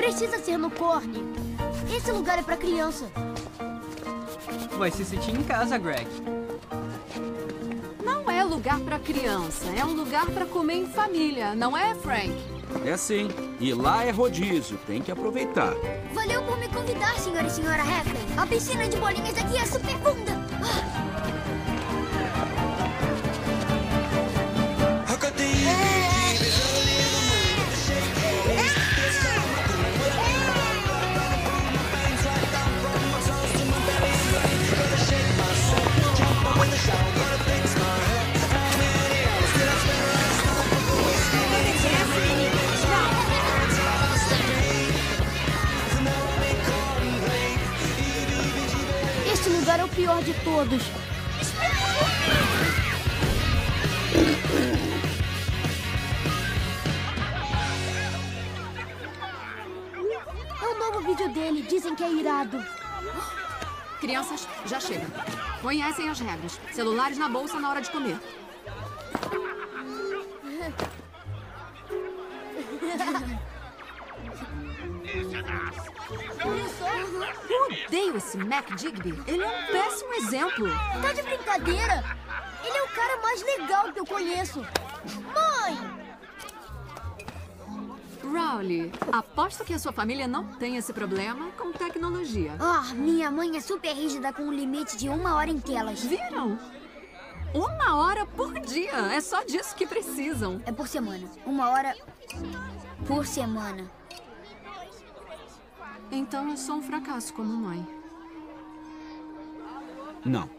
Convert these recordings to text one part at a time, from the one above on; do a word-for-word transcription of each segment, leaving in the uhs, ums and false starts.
precisa ser no Corne. Esse lugar é pra criança. Vai se sentir em casa, Greg. Não é lugar pra criança, é um lugar pra comer em família, não é, Frank? É sim. E lá é rodízio, tem que aproveitar. Valeu por me convidar, senhor e senhora Heffley. A piscina de bolinhas aqui é super funda. Esse lugar é o pior de todos. É o novo vídeo dele. Dizem que é irado. Crianças, já chega. Conhecem as regras. Celulares na bolsa na hora de comer. Odeio esse Mac Digby. Ele é um péssimo exemplo. Tá de brincadeira? Ele é o cara mais legal que eu conheço. Mãe! Rowley, aposto que a sua família não tem esse problema com tecnologia. Ah, minha mãe é super rígida com um limite de uma hora em telas. Viram? Uma hora por dia. É só disso que precisam. É por semana. Uma hora por semana. Então eu sou um fracasso como mãe. Não.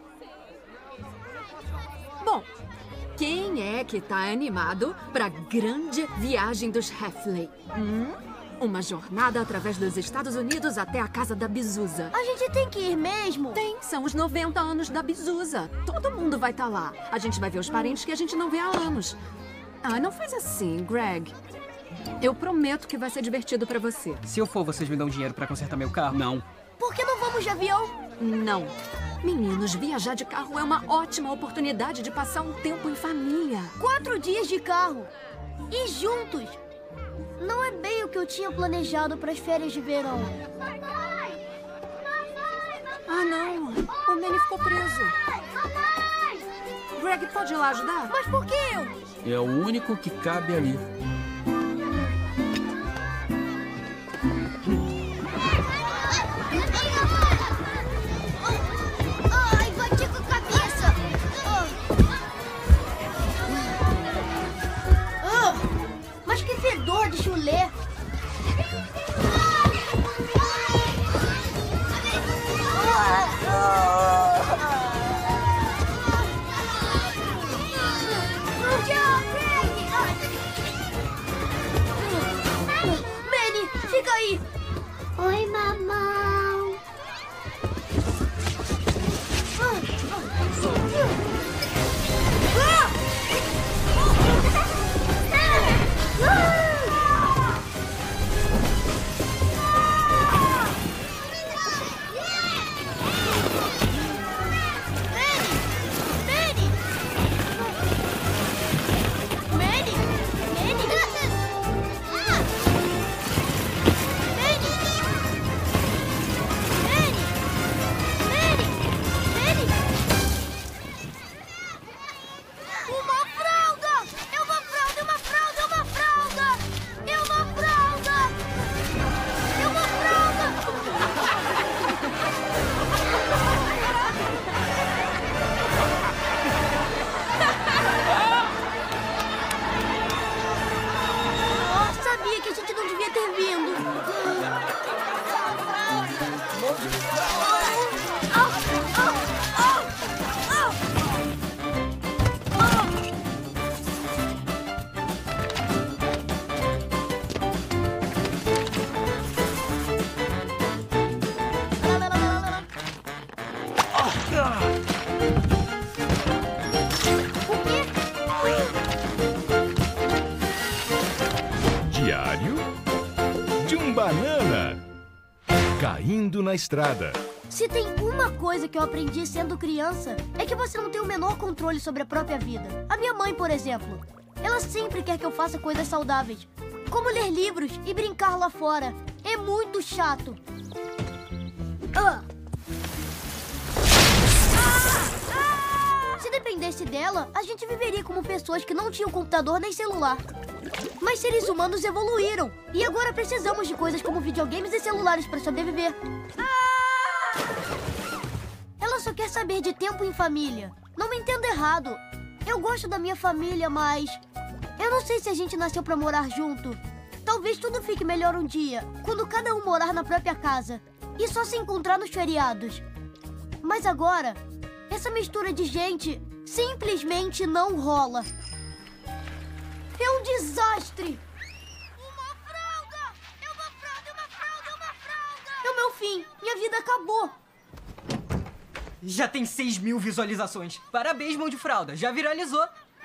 Bom, quem é que tá animado pra grande viagem dos Heffley? Hum? Uma jornada através dos Estados Unidos até a casa da Bizusa. A gente tem que ir mesmo? Tem, são os noventa anos da Bizusa. Todo mundo vai estar lá. A gente vai ver os parentes que a gente não vê há anos. Ah, não faz assim, Greg. Eu prometo que vai ser divertido pra você. Se eu for, vocês me dão dinheiro pra consertar meu carro? Não. Por que não vamos de avião? Não. Meninos, viajar de carro é uma ótima oportunidade de passar um tempo em família. Quatro dias de carro. E juntos. Não é bem o que eu tinha planejado para as férias de verão. Ah, não. O Manny ficou preso. Greg, pode ir lá ajudar? Mas por que eu? É o único que cabe ali. Ai, bati com a cabeça. Ah, mas que fedor de chulé. Tchau, Greg. Manny, fica aí. Oi, mamão. Diário de um banana caindo na estrada. Se tem uma coisa que eu aprendi sendo criança, é que você não tem o menor controle sobre a própria vida. A minha mãe, por exemplo, ela sempre quer que eu faça coisas saudáveis, como ler livros e brincar lá fora. É muito chato. Ah. Se dependesse dela, a gente viveria como pessoas que não tinham computador nem celular. Mas seres humanos evoluíram. E agora precisamos de coisas como videogames e celulares para sobreviver. Ah! Ela só quer saber de tempo em família. Não me entenda errado. Eu gosto da minha família, mas... eu não sei se a gente nasceu pra morar junto. Talvez tudo fique melhor um dia, quando cada um morar na própria casa. E só se encontrar nos feriados. Mas agora, essa mistura de gente simplesmente não rola. É um desastre! Uma fralda! É uma fralda, é uma fralda, é uma fralda! É o meu fim! Minha vida acabou! Já tem seis mil visualizações. Parabéns, mão de fralda. Já viralizou.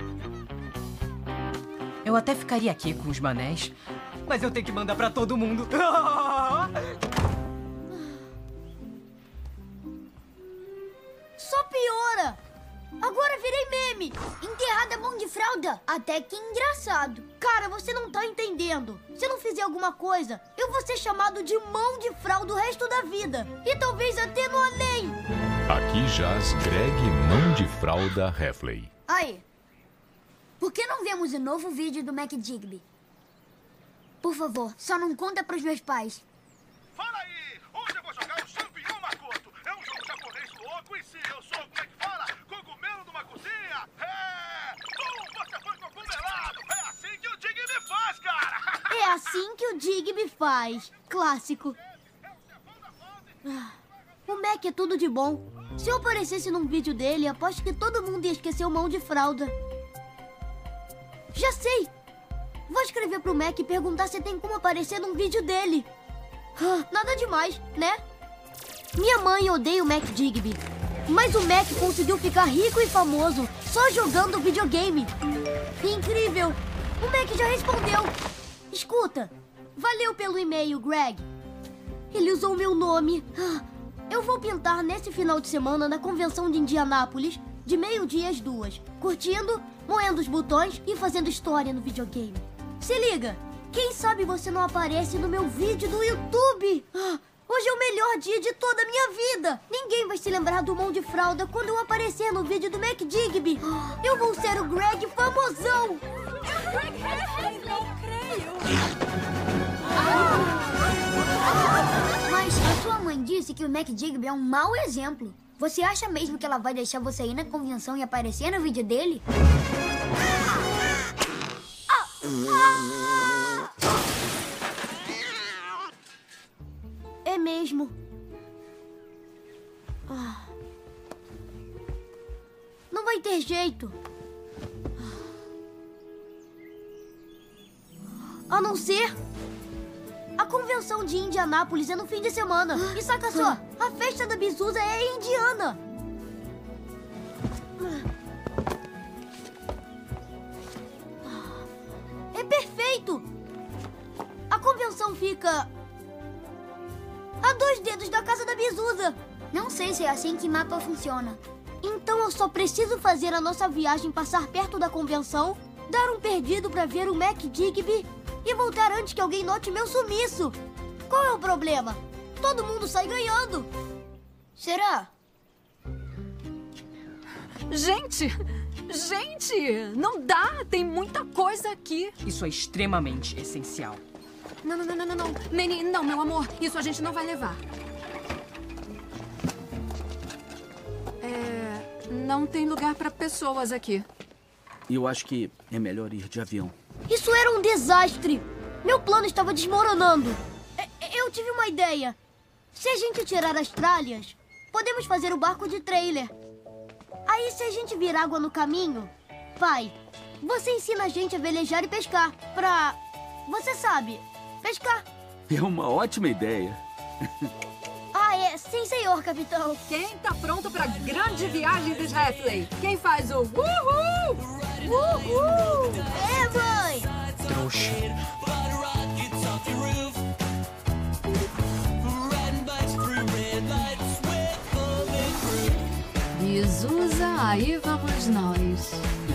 Eu até ficaria aqui com os manés, mas eu tenho que mandar pra todo mundo. Só piora! Agora virei meme! Enterrada mão de fralda? Até que engraçado. Cara, você não tá entendendo. Se eu não fizer alguma coisa, eu vou ser chamado de mão de fralda o resto da vida. E talvez até no além. Aqui jaz Greg Mão de Fralda Heffley. Aí, por que não vemos o novo vídeo do McDigby? Por favor, só não conta pros meus pais. Fala aí! Hoje eu vou jogar o Champignon Makoto. É um jogo japonês louco e se eu sou, como é que fala? Cogumelo numa cozinha? É! Bum, você foi cogumelado! É assim que o Digby faz, cara! É assim que o Digby faz. Clássico. Ah, o Mac é tudo de bom. Se eu aparecesse num vídeo dele, aposto que todo mundo ia esquecer o mão de fralda. Já sei! Vou escrever pro Mac e perguntar se tem como aparecer num vídeo dele. Ah, nada demais, né? Minha mãe odeia o McDigby. Mas o Mac conseguiu ficar rico e famoso só jogando videogame. Incrível! O Mac já respondeu. Escuta, valeu pelo e-mail, Greg. Ele usou meu nome. Ah, eu vou pintar nesse final de semana na convenção de Indianápolis, de meio-dia às duas, curtindo, moendo os botões e fazendo história no videogame. Se liga, quem sabe você não aparece no meu vídeo do YouTube? Ah, hoje é o melhor dia de toda a minha vida. Ninguém vai se lembrar do mão de fralda quando eu aparecer no vídeo do McDigby. Eu vou ser o Greg famosão. Mas a sua mãe disse que o McDigby é um mau exemplo. Você acha mesmo que ela vai deixar você ir na convenção e aparecer no vídeo dele? É mesmo. Não vai ter jeito. A não ser... a convenção de Indianápolis é no fim de semana. E saca só, a festa da Bizusa é em Indiana. É perfeito! A convenção fica... a dois dedos da casa da Bizusa. Não sei se é assim que mapa funciona. Então eu só preciso fazer a nossa viagem passar perto da convenção, dar um perdido pra ver o McDigby e voltar antes que alguém note meu sumiço. Qual é o problema? Todo mundo sai ganhando. Será? Gente! Gente! Não dá! Tem muita coisa aqui. Isso é extremamente essencial. Não, não, não, não, não, não. Manny, não, meu amor. Isso a gente não vai levar. É... não tem lugar para pessoas aqui. Eu acho que é melhor ir de avião. Isso era um desastre. Meu plano estava desmoronando. Eu tive uma ideia. Se a gente tirar as tralhas, podemos fazer o barco de trailer. Aí, se a gente vir água no caminho... pai, você ensina a gente a velejar e pescar. Pra... você sabe, pescar. É uma ótima ideia. Ah, é. Sim, senhor, capitão. Quem tá pronto pra grande viagem dos Heffley? Quem faz o uhul? Uhul! É, mãe! Trouxa. Bizusa, aí vamos nós.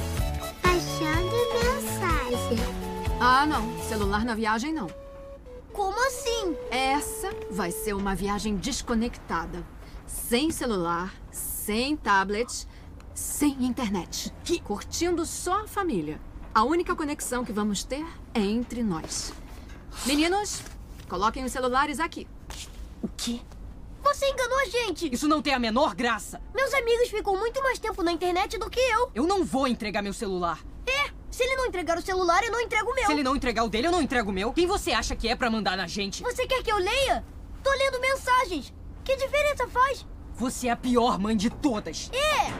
Achando mensagem. Ah, não. Celular na viagem, não. Como assim? Essa vai ser uma viagem desconectada. Sem celular, sem tablet, sem internet. Que? Curtindo só a família. A única conexão que vamos ter é entre nós. Meninos, coloquem os celulares aqui. O quê? Você enganou a gente! Isso não tem a menor graça. Meus amigos ficam muito mais tempo na internet do que eu. Eu não vou entregar meu celular. É, se ele não entregar o celular, eu não entrego o meu. Se ele não entregar o dele, eu não entrego o meu. Quem você acha que é pra mandar na gente? Você quer que eu leia? Tô lendo mensagens. Que diferença faz? Você é a pior mãe de todas. É!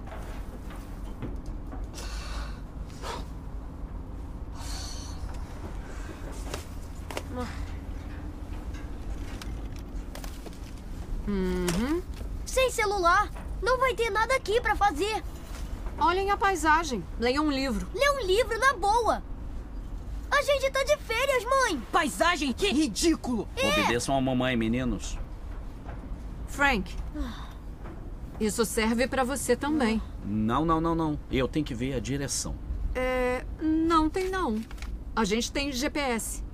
Uhum. Sem celular, não vai ter nada aqui pra fazer. Olhem a paisagem. Leiam um livro. Lê um livro na boa. A gente tá de férias, mãe. Paisagem? Que ridículo! Obedeçam a mamãe, meninos. Frank, isso serve pra você também. Não, não, não, não. Eu tenho que ver a direção. É... Não tem não. A gente tem G P S.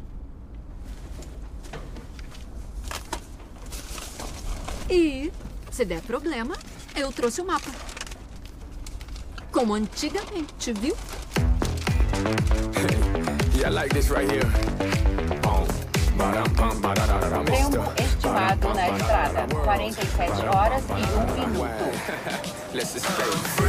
E, se der problema, eu trouxe o mapa. Como antigamente, viu? Yeah, I like this right here. Tempo estimado na estrada, quarenta e sete horas e um minuto. Let's escape.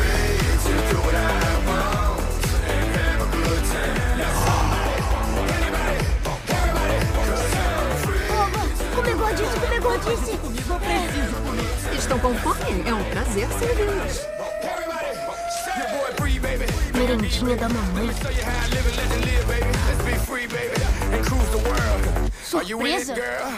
Comer gordice, comer gordice. Comigo eu preciso comer. Estão com fome? É um prazer servi-los. Merendinha da mamãe. Surpresa?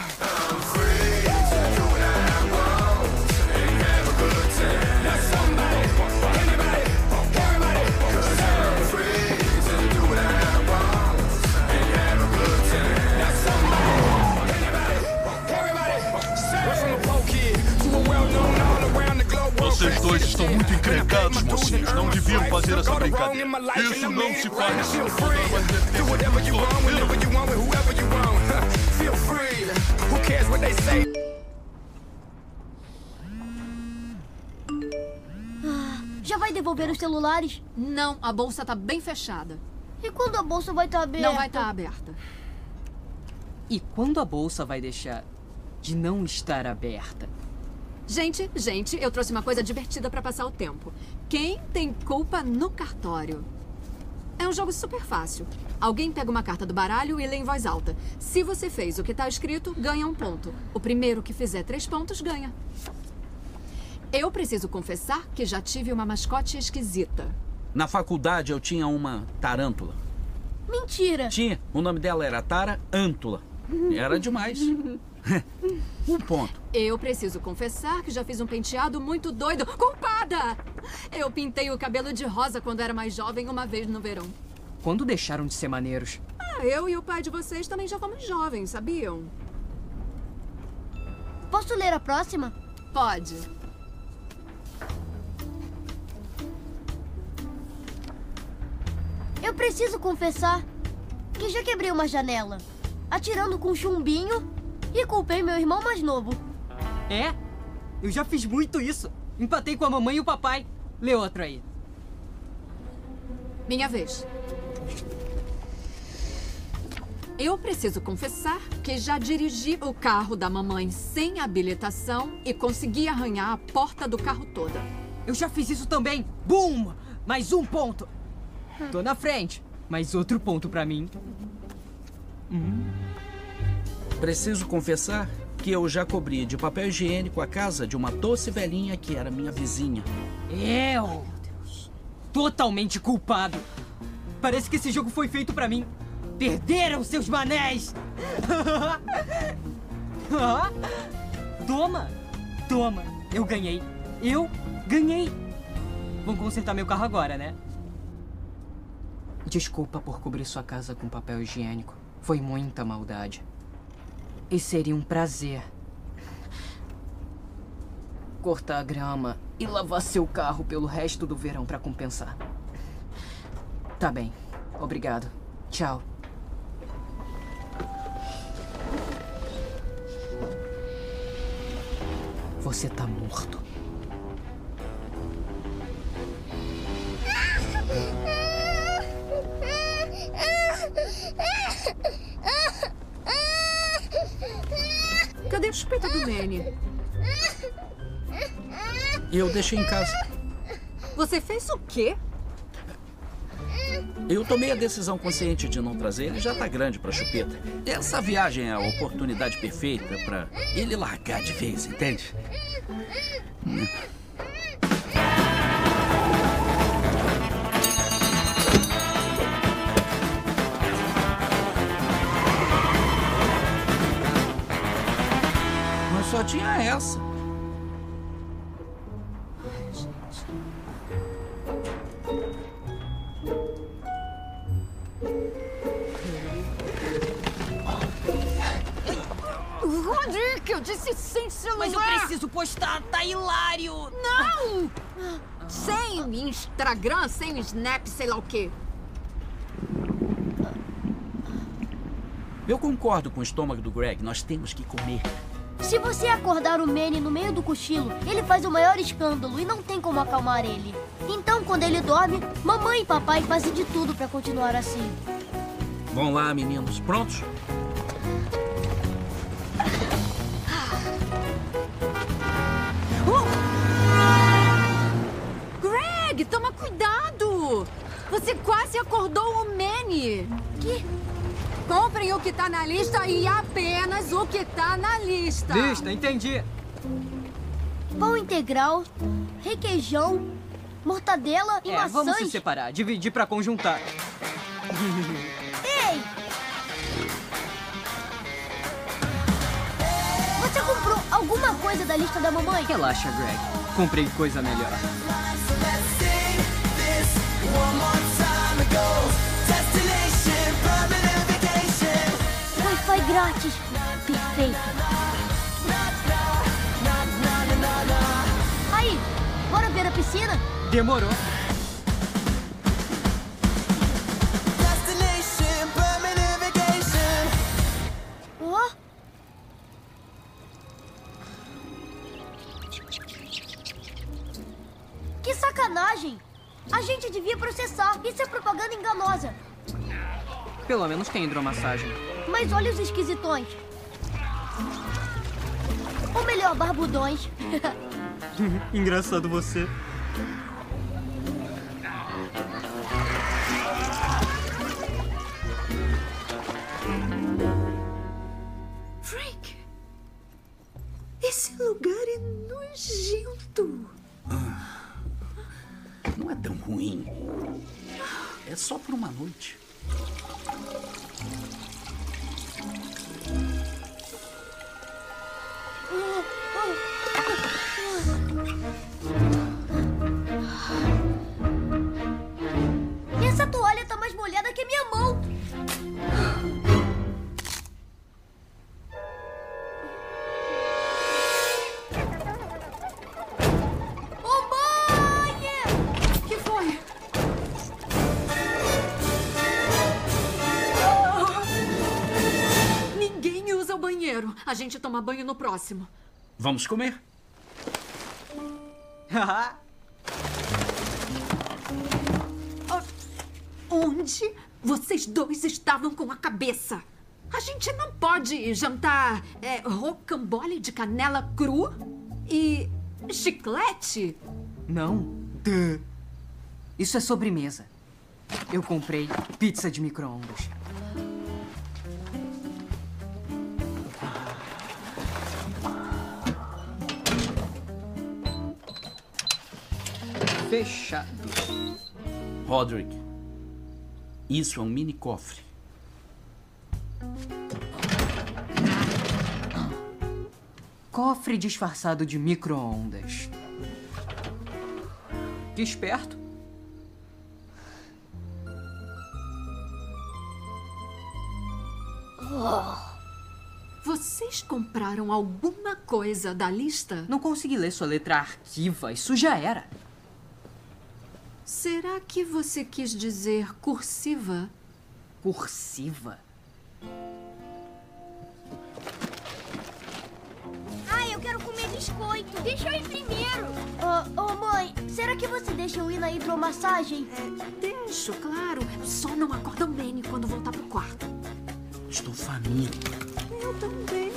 Vocês dois estão muito encrencados, mocinhos. Não deviam fazer essa brincadeira. Isso não se faz. Ah, já vai devolver os celulares? Não, a bolsa tá bem fechada. E quando a bolsa vai estar aberta? Não vai estar aberta. E quando a bolsa vai deixar de não estar aberta? Gente, gente, eu trouxe uma coisa divertida pra passar o tempo. Quem tem culpa no cartório? É um jogo super fácil. Alguém pega uma carta do baralho e lê em voz alta. Se você fez o que tá escrito, ganha um ponto. O primeiro que fizer três pontos, ganha. Eu preciso confessar que já tive uma mascote esquisita. Na faculdade eu tinha uma tarântula. Mentira. Tinha. O nome dela era Tara Ântula. Era demais. Um ponto. Eu preciso confessar que já fiz um penteado muito doido. Culpada! Eu pintei o cabelo de rosa quando era mais jovem, uma vez no verão. Quando deixaram de ser maneiros? Ah, eu e o pai de vocês também já fomos jovens, sabiam? Posso ler a próxima? Pode. Eu preciso confessar que já quebrei uma janela, atirando com chumbinho, e culpei meu irmão mais novo. É? Eu já fiz muito isso. Empatei com a mamãe e o papai. Lê outro aí. Minha vez. Eu preciso confessar que já dirigi o carro da mamãe sem habilitação e consegui arranhar a porta do carro toda. Eu já fiz isso também. Boom! Mais um ponto. Tô na frente. Mais outro ponto pra mim. Hum. Preciso confessar que eu já cobri de papel higiênico a casa de uma doce velhinha que era minha vizinha. Eu? Meu Deus. Totalmente culpado. Parece que esse jogo foi feito pra mim. Perderam seus manés! Ah, toma! Toma! Eu ganhei! Eu ganhei! Vão consertar meu carro agora, né? Desculpa por cobrir sua casa com papel higiênico. Foi muita maldade. E seria um prazer cortar a grama e lavar seu carro pelo resto do verão pra compensar. Tá bem. Obrigado. Tchau. Você tá morto. Cadê a chupeta do Manny? Eu deixei em casa. Você fez o quê? Eu tomei a decisão consciente de não trazer. Ele já tá grande pra chupeta. Essa viagem é a oportunidade perfeita pra ele largar de vez, entende? Hum. Mas só tinha essa. Rodrigo, eu disse sem celular. Mas eu preciso postar, tá hilário. Não! Sem Instagram, sem Snap, sei lá o quê. Eu concordo com o estômago do Greg. Nós temos que comer. Se você acordar o Manny no meio do cochilo, ele faz o maior escândalo e não tem como acalmar ele. Então, quando ele dorme, mamãe e papai fazem de tudo pra continuar assim. Vão lá, meninos. Prontos? Greg, toma cuidado! Você quase acordou o Manny. Que? Comprem o que tá na lista e apenas o que tá na lista. Lista, entendi. Pão integral, requeijão, mortadela e É, maçãs. vamos se separar, dividir pra conjuntar. Ei! Você comprou alguma coisa da lista da mamãe? Relaxa, Greg. Comprei coisa melhor. Wi-Fi grátis. Perfeito. Aí, bora ver a piscina? Demorou. Ó. Que sacanagem! A gente devia processar. Isso é propaganda enganosa. Pelo menos tem hidromassagem. Mas olha os esquisitões. Ou melhor, barbudões. Engraçado você. Frank, esse lugar é nojento. Não é tão ruim. É só por uma noite. E essa toalha tá mais molhada que minha mão. Ô, mãe! O que foi? Ninguém usa o banheiro. A gente toma banho no próximo. Vamos comer? Onde vocês dois estavam com a cabeça? A gente não pode jantar é, rocambole de canela cru e chiclete? Não. Duh. Isso é sobremesa. Eu comprei pizza de micro-ondas. Fechado. Roderick, isso é um mini cofre. Cofre disfarçado de micro-ondas. Que esperto. Vocês compraram alguma coisa da lista? Não consegui ler sua letra arquiva. Isso já era. Será que você quis dizer cursiva? Cursiva? Ai, eu quero comer de biscoito. Deixa eu ir primeiro. Ô, oh, mãe, será que você deixa eu ir na hidromassagem? É, deixo, claro. Só não acorda o Manny quando voltar pro quarto. Estou faminto. Eu também.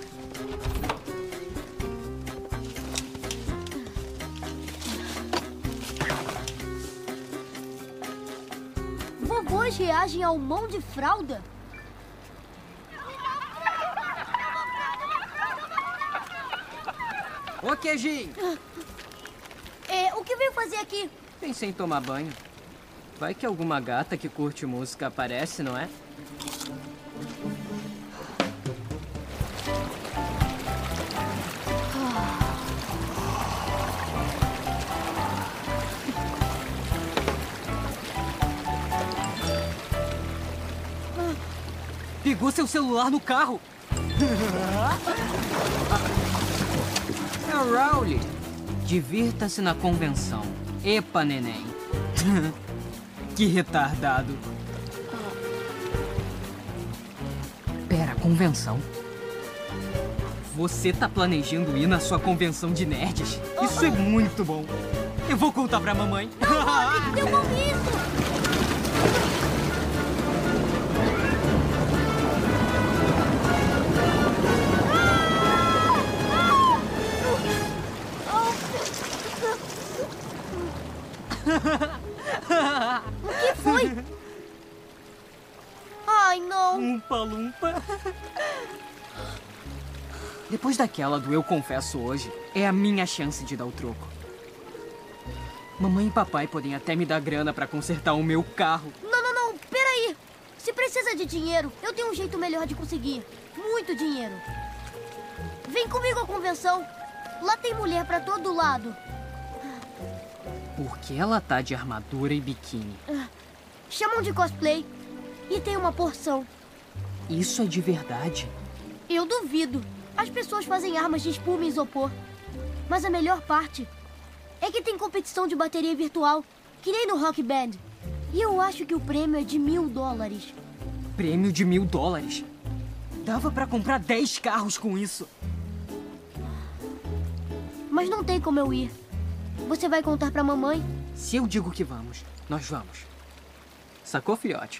Vovôs reagem ao mão de fralda? Ô, queijinho! É, o que veio fazer aqui? Pensei em tomar banho. Vai que alguma gata que curte música aparece, não é? Pegou seu celular no carro. É o Rowley. Divirta-se na convenção. Epa, neném. Que retardado. Pera, convenção? Você tá planejando ir na sua convenção de nerds? Isso é muito bom. Eu vou contar pra mamãe. Não, devolve isso! O que foi? Ai, não. Umpa lumpa. Depois daquela do eu confesso hoje, é a minha chance de dar o troco. Mamãe e papai podem até me dar grana pra consertar o meu carro. Não, não, não. Peraí. Se precisa de dinheiro, eu tenho um jeito melhor de conseguir. Muito dinheiro. Vem comigo à convenção. Lá tem mulher pra todo lado. Porque ela tá de armadura e biquíni. Chamam de cosplay. E tem uma porção. Isso é de verdade? Eu duvido. As pessoas fazem armas de espuma e isopor. Mas a melhor parte é que tem competição de bateria virtual, que nem no Rock Band. E eu acho que o prêmio é de mil dólares. Prêmio de mil dólares? Dava pra comprar dez carros com isso. Mas não tem como eu ir. Você vai contar pra mamãe? Se eu digo que vamos, nós vamos. Sacou, filhote?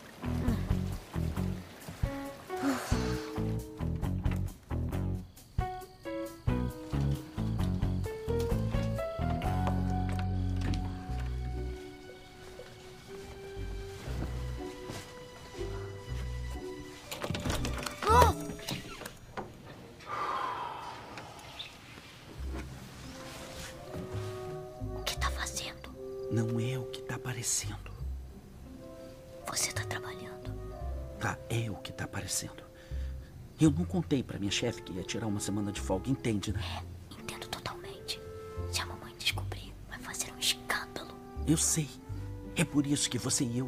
Não é o que tá parecendo. Você tá trabalhando. Tá, é o que tá parecendo. Eu não contei pra minha chefe que ia tirar uma semana de folga, entende, né? É, entendo totalmente. Se a mamãe descobrir, vai fazer um escândalo. Eu sei. É por isso que você e eu...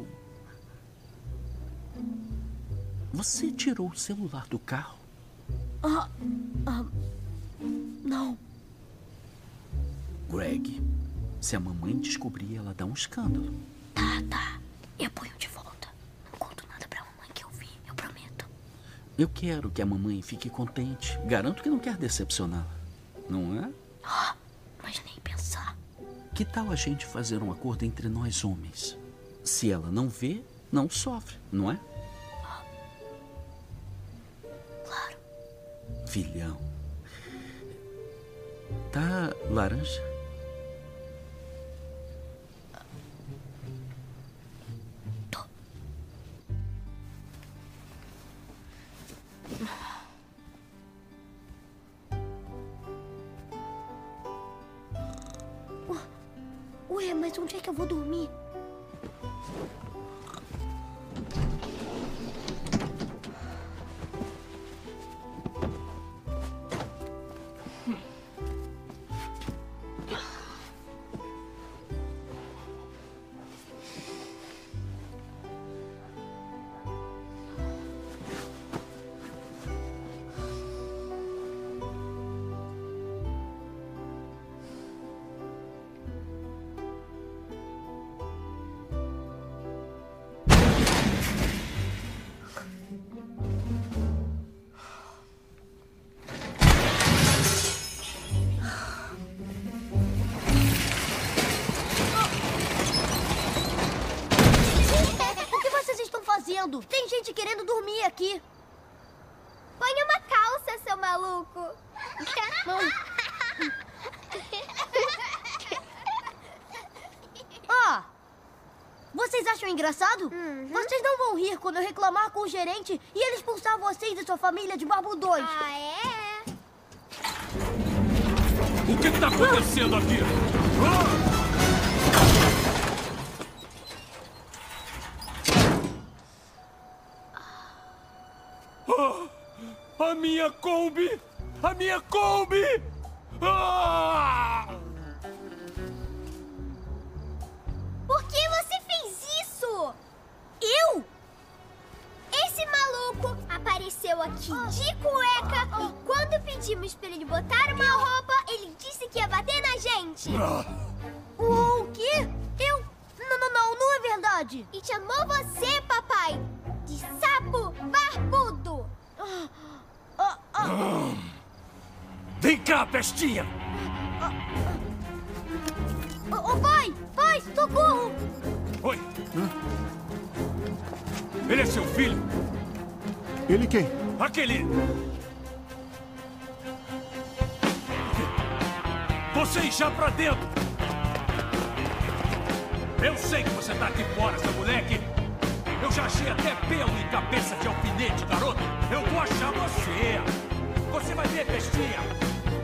Você tirou o celular do carro? Ah, ah, não. Greg, se a mamãe descobrir, ela dá um escândalo. Tá, tá. Eu ponho de volta. Não conto nada pra mamãe que eu vi, eu prometo. Eu quero que a mamãe fique contente. Garanto que não quer decepcioná-la. Não é? Ah, mas nem pensar. Que tal a gente fazer um acordo entre nós homens? Se ela não vê, não sofre, não é? Ah, claro. Filhão. Tá laranja? Tô. Ué, mas onde é que eu vou dormir? tudo. Tem gente querendo dormir aqui. Põe uma calça, seu maluco. Ah! Vocês acham engraçado? Uhum. Vocês não vão rir quando eu reclamar com o gerente e ele expulsar vocês e sua família de barbudões. Ah, é? O que está acontecendo aqui? Ah! A minha Kombi! A minha Kombi! Ah! Por que você fez isso? Eu? Esse maluco apareceu aqui de cueca e quando pedimos pra ele botar uma roupa, ele disse que ia bater na gente. O, o quê? Eu? Não, não, não, não é verdade. E chamou você, papai, de sapo barbudo. Ah, ah, ah. Vem cá, pestinha! Ô, oh, pai! Pai, socorro! Oi! Ele é seu filho? Ele quem? Aquele... Vocês já pra dentro! Eu sei que você tá aqui fora, seu moleque! Eu já achei até pelo em cabeça de alfinete, garoto! Eu vou achar você! Você vai ver, bestinha!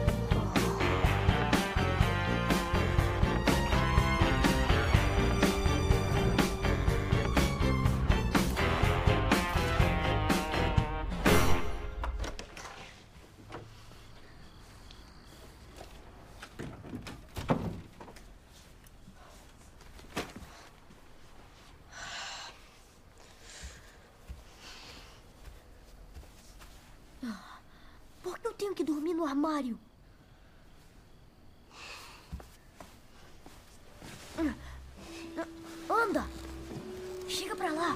Por que eu tenho que dormir no armário? Anda! Chega pra lá!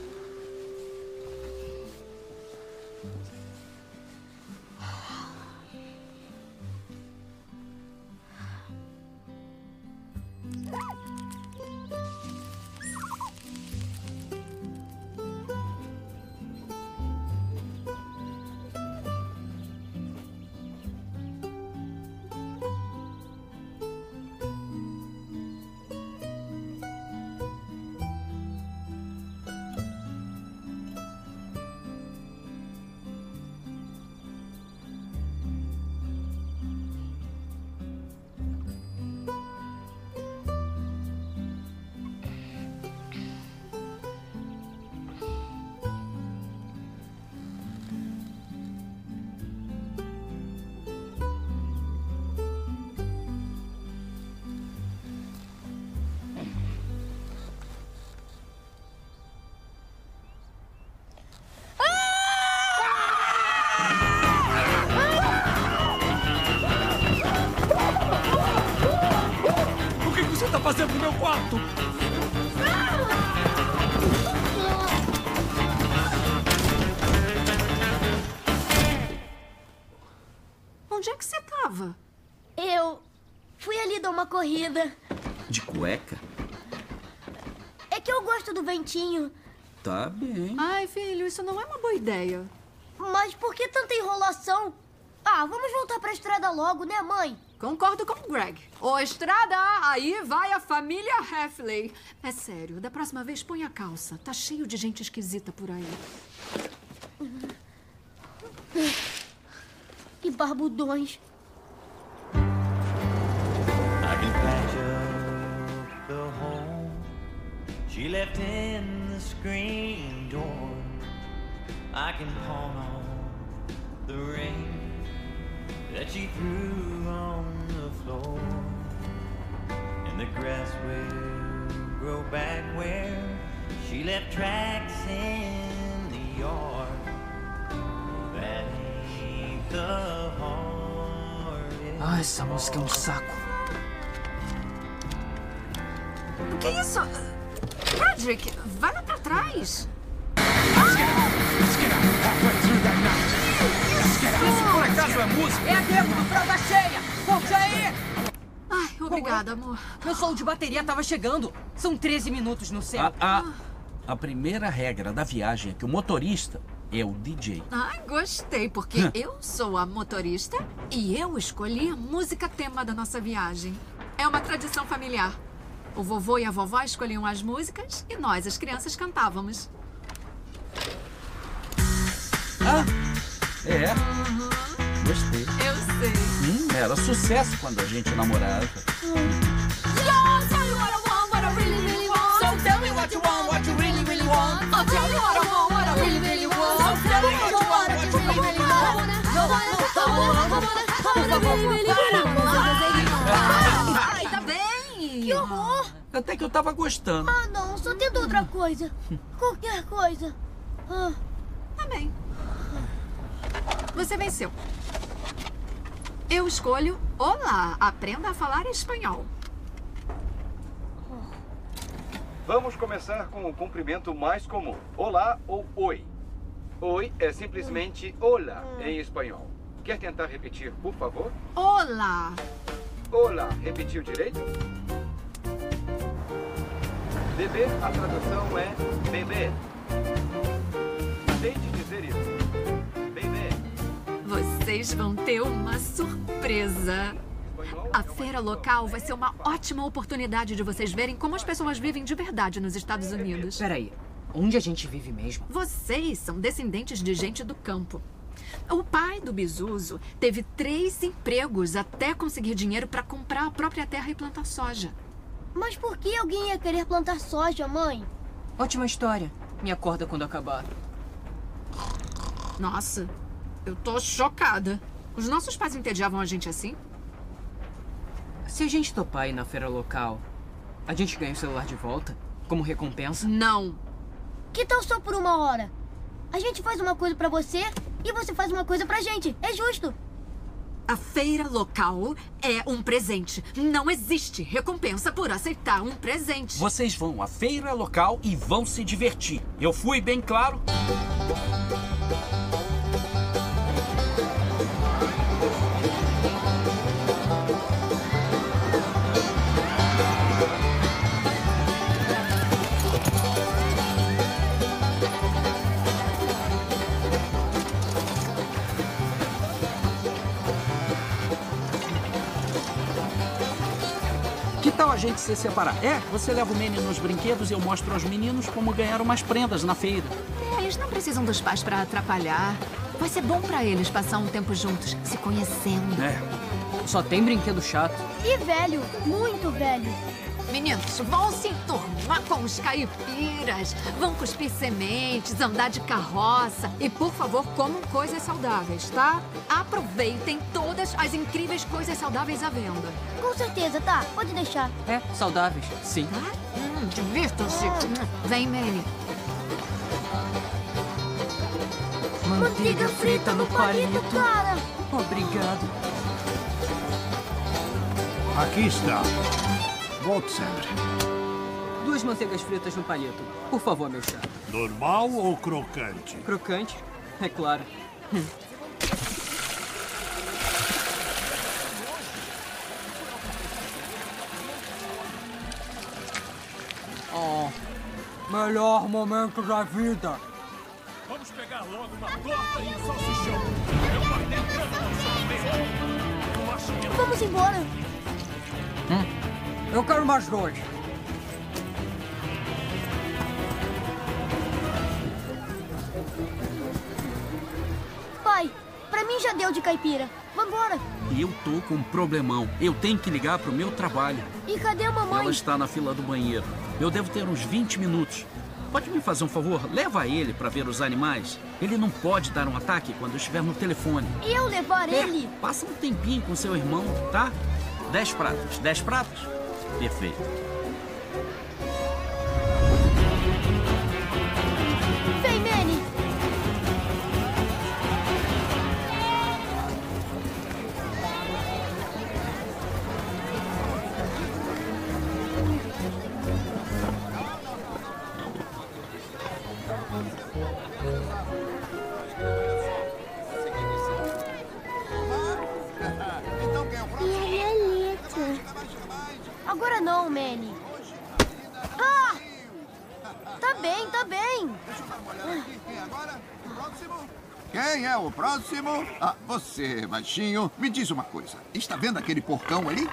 Fazendo no meu quarto! Onde é que você tava? Eu fui ali dar uma corrida. De cueca? É que eu gosto do ventinho. Tá bem. Ai, filho, isso não é uma boa ideia. Mas por que tanta enrolação? Ah, vamos voltar pra estrada logo, né, mãe? Concordo com o Greg. Ô, estrada, aí vai a família Heffley. É sério, da próxima vez põe a calça. Tá cheio de gente esquisita por aí. E barbudões. I can patch up the hole she left in the screen door. I can pawn off the ring that she threw on the floor, and the grass will grow back where she left tracks in the yard. That ain't the hardest. Ah, essa música é um saco. O que é isso? Patrick, vai lá pra trás. Isso por acaso é música? É a demo do Fralda Cheia! Curte aí! Ai, obrigada, amor. Meu solo de bateria tava chegando. São treze minutos no céu. Ah, ah. A primeira regra da viagem é que o motorista é o D J. Ai, gostei, porque eu sou a motorista e eu escolhi a música tema da nossa viagem. É uma tradição familiar. O vovô e a vovó escolhiam as músicas e nós, as crianças, cantávamos. Ah, é? Gostei. Eu sei. Hum, era sucesso quando a gente namorava. I'll tell you what I want, what I really, really want. So tell me what you want, what you really, really want. I'll tell you what I want, what I really, really want. So tell me what you want, what you really, really want. Ai, tá bem. Que horror! Até que eu tava gostando. Ah, não. Só tendo outra coisa. Qualquer coisa. Ah. Tá bem. Você venceu. Eu escolho Olá, aprenda a falar espanhol. Vamos começar com o cumprimento mais comum. Olá ou oi. Oi é simplesmente olá em espanhol. Quer tentar repetir, por favor? Olá. Olá. Repetiu direito? Beber, a tradução é beber. Tente dizer isso. Beber. Vocês vão ter uma surpresa. A feira local vai ser uma ótima oportunidade de vocês verem como as pessoas vivem de verdade nos Estados Unidos. Peraí, onde a gente vive mesmo? Vocês são descendentes de gente do campo. O pai do Bizuzo teve três empregos até conseguir dinheiro para comprar a própria terra e plantar soja. Mas por que alguém ia querer plantar soja, mãe? Ótima história. Me acorda quando acabar. Nossa, eu tô chocada. Os nossos pais entediavam a gente assim? Se a gente topar ir na feira local, a gente ganha o celular de volta? Como recompensa? Não. Que tal só por uma hora? A gente faz uma coisa pra você e você faz uma coisa pra gente. É justo. A feira local é um presente. Não existe recompensa por aceitar um presente. Vocês vão à feira local e vão se divertir. Eu fui bem claro? Que tal a gente se separar? É, você leva o Manny nos brinquedos e eu mostro aos meninos como ganhar umas prendas na feira. É, eles não precisam dos pais pra atrapalhar. Vai ser bom pra eles passar um tempo juntos, se conhecendo. É. Só tem brinquedo chato. E velho, muito velho. Meninos, vão se enturmar com os caipiras, vão cuspir sementes, andar de carroça. E, por favor, comam coisas saudáveis, tá? Aproveitem todas as incríveis coisas saudáveis à venda. Com certeza, tá? Pode deixar. É, saudáveis, sim. Ah, hum, divirtam-se. Vem, Manny. Manteiga frita no palito, cara. Obrigado. Aqui está. Volte sempre. Duas manteigas fritas no palito. Por favor, meu chá. Normal ou crocante? Crocante? É claro. Oh, melhor momento da vida. Vamos pegar logo uma torta e um salsichão. Eu bater grana no sorvete. Eu acho que... Vamos embora. Hum, eu quero mais dois. Pai, pra mim já deu de caipira. Vambora. Eu tô com um problemão. Eu tenho que ligar pro meu trabalho. E cadê a mamãe? Ela está na fila do banheiro. Eu devo ter uns vinte minutos. Pode me fazer um favor? Leva ele para ver os animais. Ele não pode dar um ataque quando estiver no telefone. E eu levar É, ele? passa um tempinho com seu irmão, tá? Dez pratos. Dez pratos? Perfeito. Vem, Manny. E a Lelita? Agora não, Manny. Tá bem, tá bem. Quem agora? O próximo? Quem é o próximo? Ah, você, baixinho. Me diz uma coisa. Está vendo aquele porcão ali?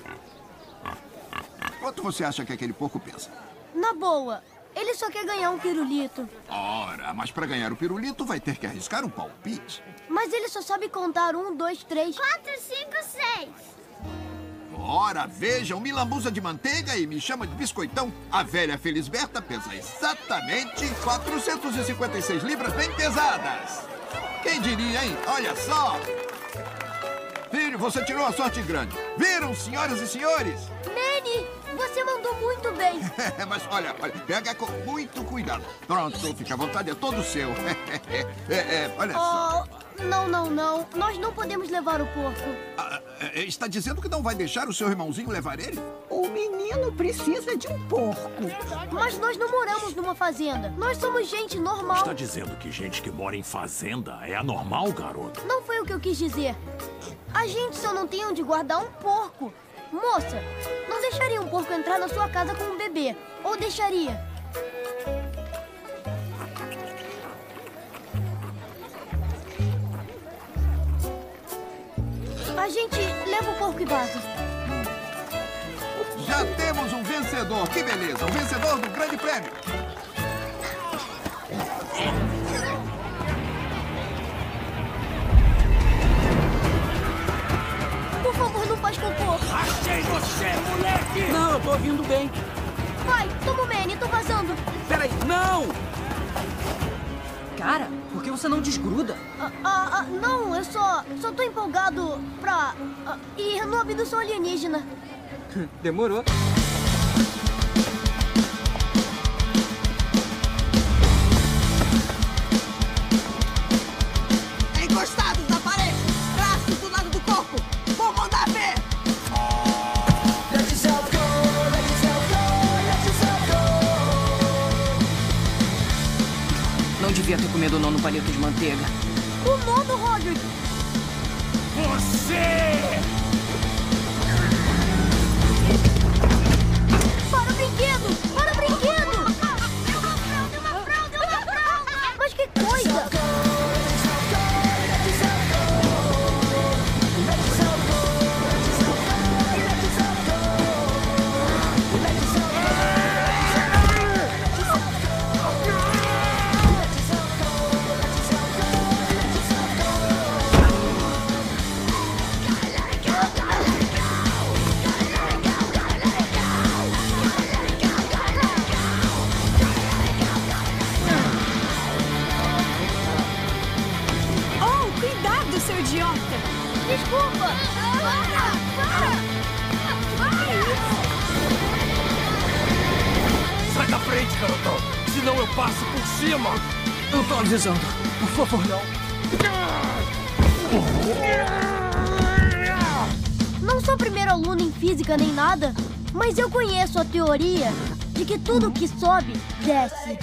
Quanto você acha que aquele porco pesa? Na boa, ele só quer ganhar um pirulito. Ora, mas para ganhar o pirulito vai ter que arriscar um palpite. Mas ele só sabe contar um, dois, três... Quatro, cinco, seis. Ora, vejam, me lambuza de manteiga e me chama de biscoitão. A velha Felisberta pesa exatamente quatrocentas e cinquenta e seis libras bem pesadas. Quem diria, hein? Olha só. Filho, você tirou a sorte grande. Viram, senhoras e senhores? Manny, você mandou muito bem. Mas olha, olha, pega com muito cuidado. Pronto, fica à vontade, é todo seu. é, é, olha só. Oh, não, não, não. Nós não podemos levar o porco. Ah, está dizendo que não vai deixar o seu irmãozinho levar ele? O menino precisa de um porco. Mas nós não moramos numa fazenda. Nós somos gente normal. Está dizendo que gente que mora em fazenda é anormal, garoto? Não foi o que eu quis dizer. A gente só não tem onde guardar um porco. Moça, não deixaria um porco entrar na sua casa com um bebê? Ou deixaria? A gente leva o porco e vaza. Já temos um vencedor. Que beleza, um vencedor do Grande Prêmio. Por favor, não faz com o porco. Achei você, moleque! Não, eu tô ouvindo bem. Vai, toma o Manny, tô vazando. Peraí, não! Cara, por que você não desgruda? Ah, ah, ah, não, eu só, só tô empolgado pra ah, ir no abdução alienígena. Demorou. Encostados na parede, braços do lado do corpo. Vou mandar ver. Let yourself go, let yourself go, let yourself go. Não devia ter comido o nono palito de manteiga. O nono, Roderick. Você! Para o brinquedo! Para o brinquedo! Uma fralda, uma fralda, uma fralda! Mas que coisa! Desculpa! Para! Para! Sai da frente, garotão! Senão eu passo por cima! Eu tô avisando. Por favor, não. Não sou primeiro aluno em física nem nada, mas eu conheço a teoria de que tudo que sobe, desce.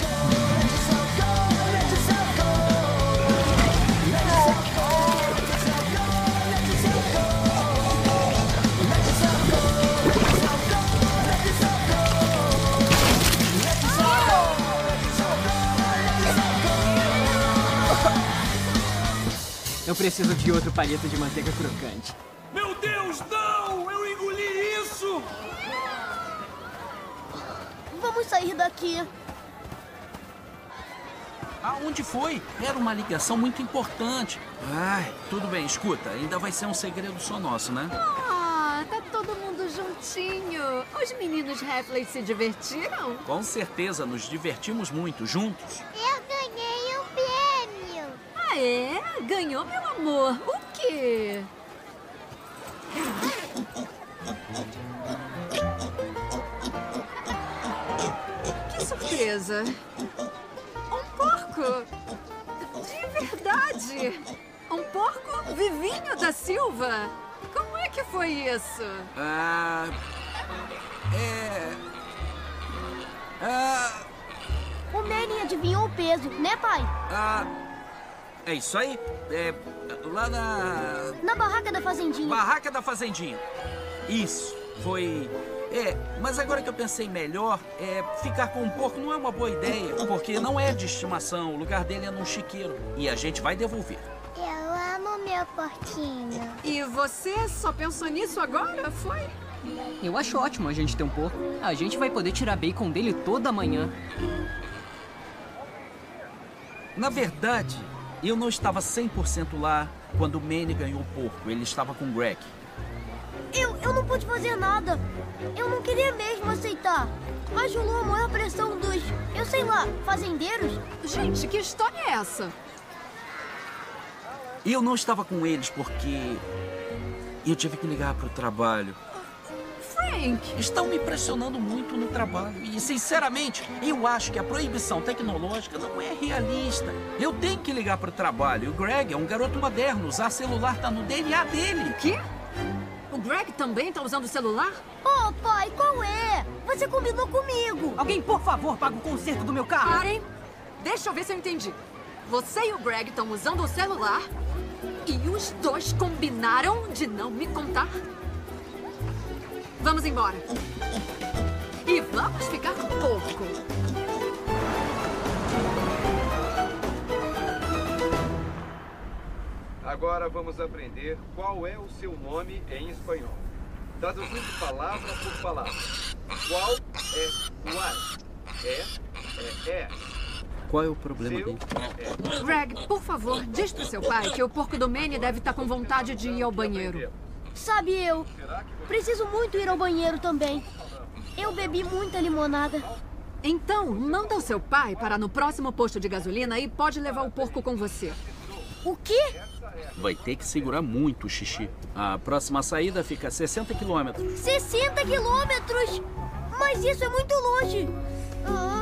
Eu preciso de outro palito de manteiga crocante. Meu Deus, não! Eu engoli isso! Vamos sair daqui. Aonde foi? Era uma ligação muito importante. Ai, tudo bem, escuta, ainda vai ser um segredo só nosso, né? Ah, tá todo mundo juntinho. Os meninos Heffley se divertiram? Com certeza, nos divertimos muito juntos. Eu ganhei um prêmio. Ah, é? Ganhou, meu amor. O quê? Que surpresa. Um porco. De verdade. Um porco vivinho da Silva. Como é que foi isso? Ah... É... Ah... O Manny adivinhou o peso, né, pai? Ah... É isso aí. É... Lá na... Na barraca da fazendinha. Barraca da fazendinha. Isso. Foi... É, mas agora que eu pensei melhor, é, ficar com um porco não é uma boa ideia, porque não é de estimação, o lugar dele é num chiqueiro. E a gente vai devolver. Eu amo meu porquinho. E você só pensou nisso agora, foi? Eu acho ótimo a gente ter um porco. A gente vai poder tirar bacon dele toda manhã. Na verdade, eu não estava cem por cento lá quando o Manny ganhou o porco. Ele estava com o Greg. Eu, eu não pude fazer nada. Eu não queria mesmo aceitar. Mas rolou a maior pressão dos, eu sei lá, fazendeiros. Gente, que história é essa? Eu não estava com eles porque eu tive que ligar para o trabalho. Frank! Estão me pressionando muito no trabalho. E, sinceramente, eu acho que a proibição tecnológica não é realista. Eu tenho que ligar para o trabalho. O Greg é um garoto moderno. Usar celular está no D N A dele. Quê? O Greg também tá usando o celular? Oh, pai, qual é? Você combinou comigo. Alguém, por favor, paga o conserto do meu carro. Parem! Deixa eu ver se eu entendi. Você e o Greg estão usando o celular e os dois combinaram de não me contar? Vamos embora. E vamos ficar com o porco. Agora vamos aprender qual é o seu nome em espanhol. Traduzindo palavra por palavra. Qual é qual? É, é, é. Qual é o problema Seu dele? é. Greg, por favor, diz pro seu pai que o porco do Manny deve estar com vontade de ir ao banheiro. Sabe, eu preciso muito ir ao banheiro também. Eu bebi muita limonada. Então, manda o seu pai parar no próximo posto de gasolina e pode levar o porco com você. O quê? Vai ter que segurar muito o xixi. A próxima saída fica a sessenta quilômetros. sessenta quilômetros? Mas isso é muito longe. Ah.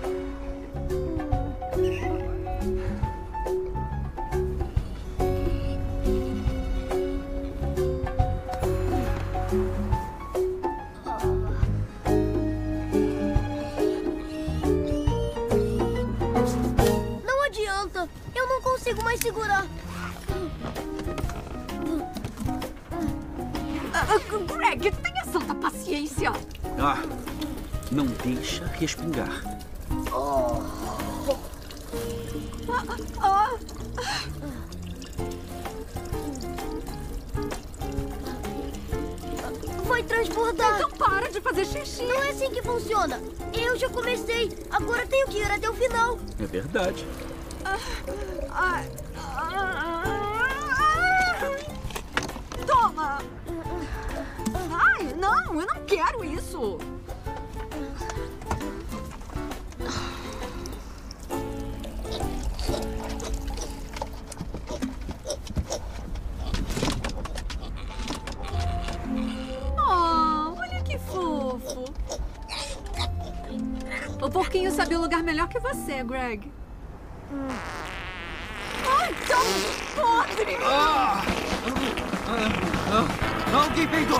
Não adianta. Eu não consigo mais segurar. Uh, Greg, tenha santa paciência. Ah, não deixa respingar. Oh. Ah, ah. Vai transbordar. Então para de fazer xixi. Não é assim que funciona. Eu já comecei. Agora tenho que ir até o final. É verdade. Ah, ah, ah, ah. Toma! Ai, não, eu não quero isso. Oh, olha que fofo. O porquinho sabe o lugar melhor que você, Greg. Ai, tão podre! Ah! Ah! Ah! Alguém peidou!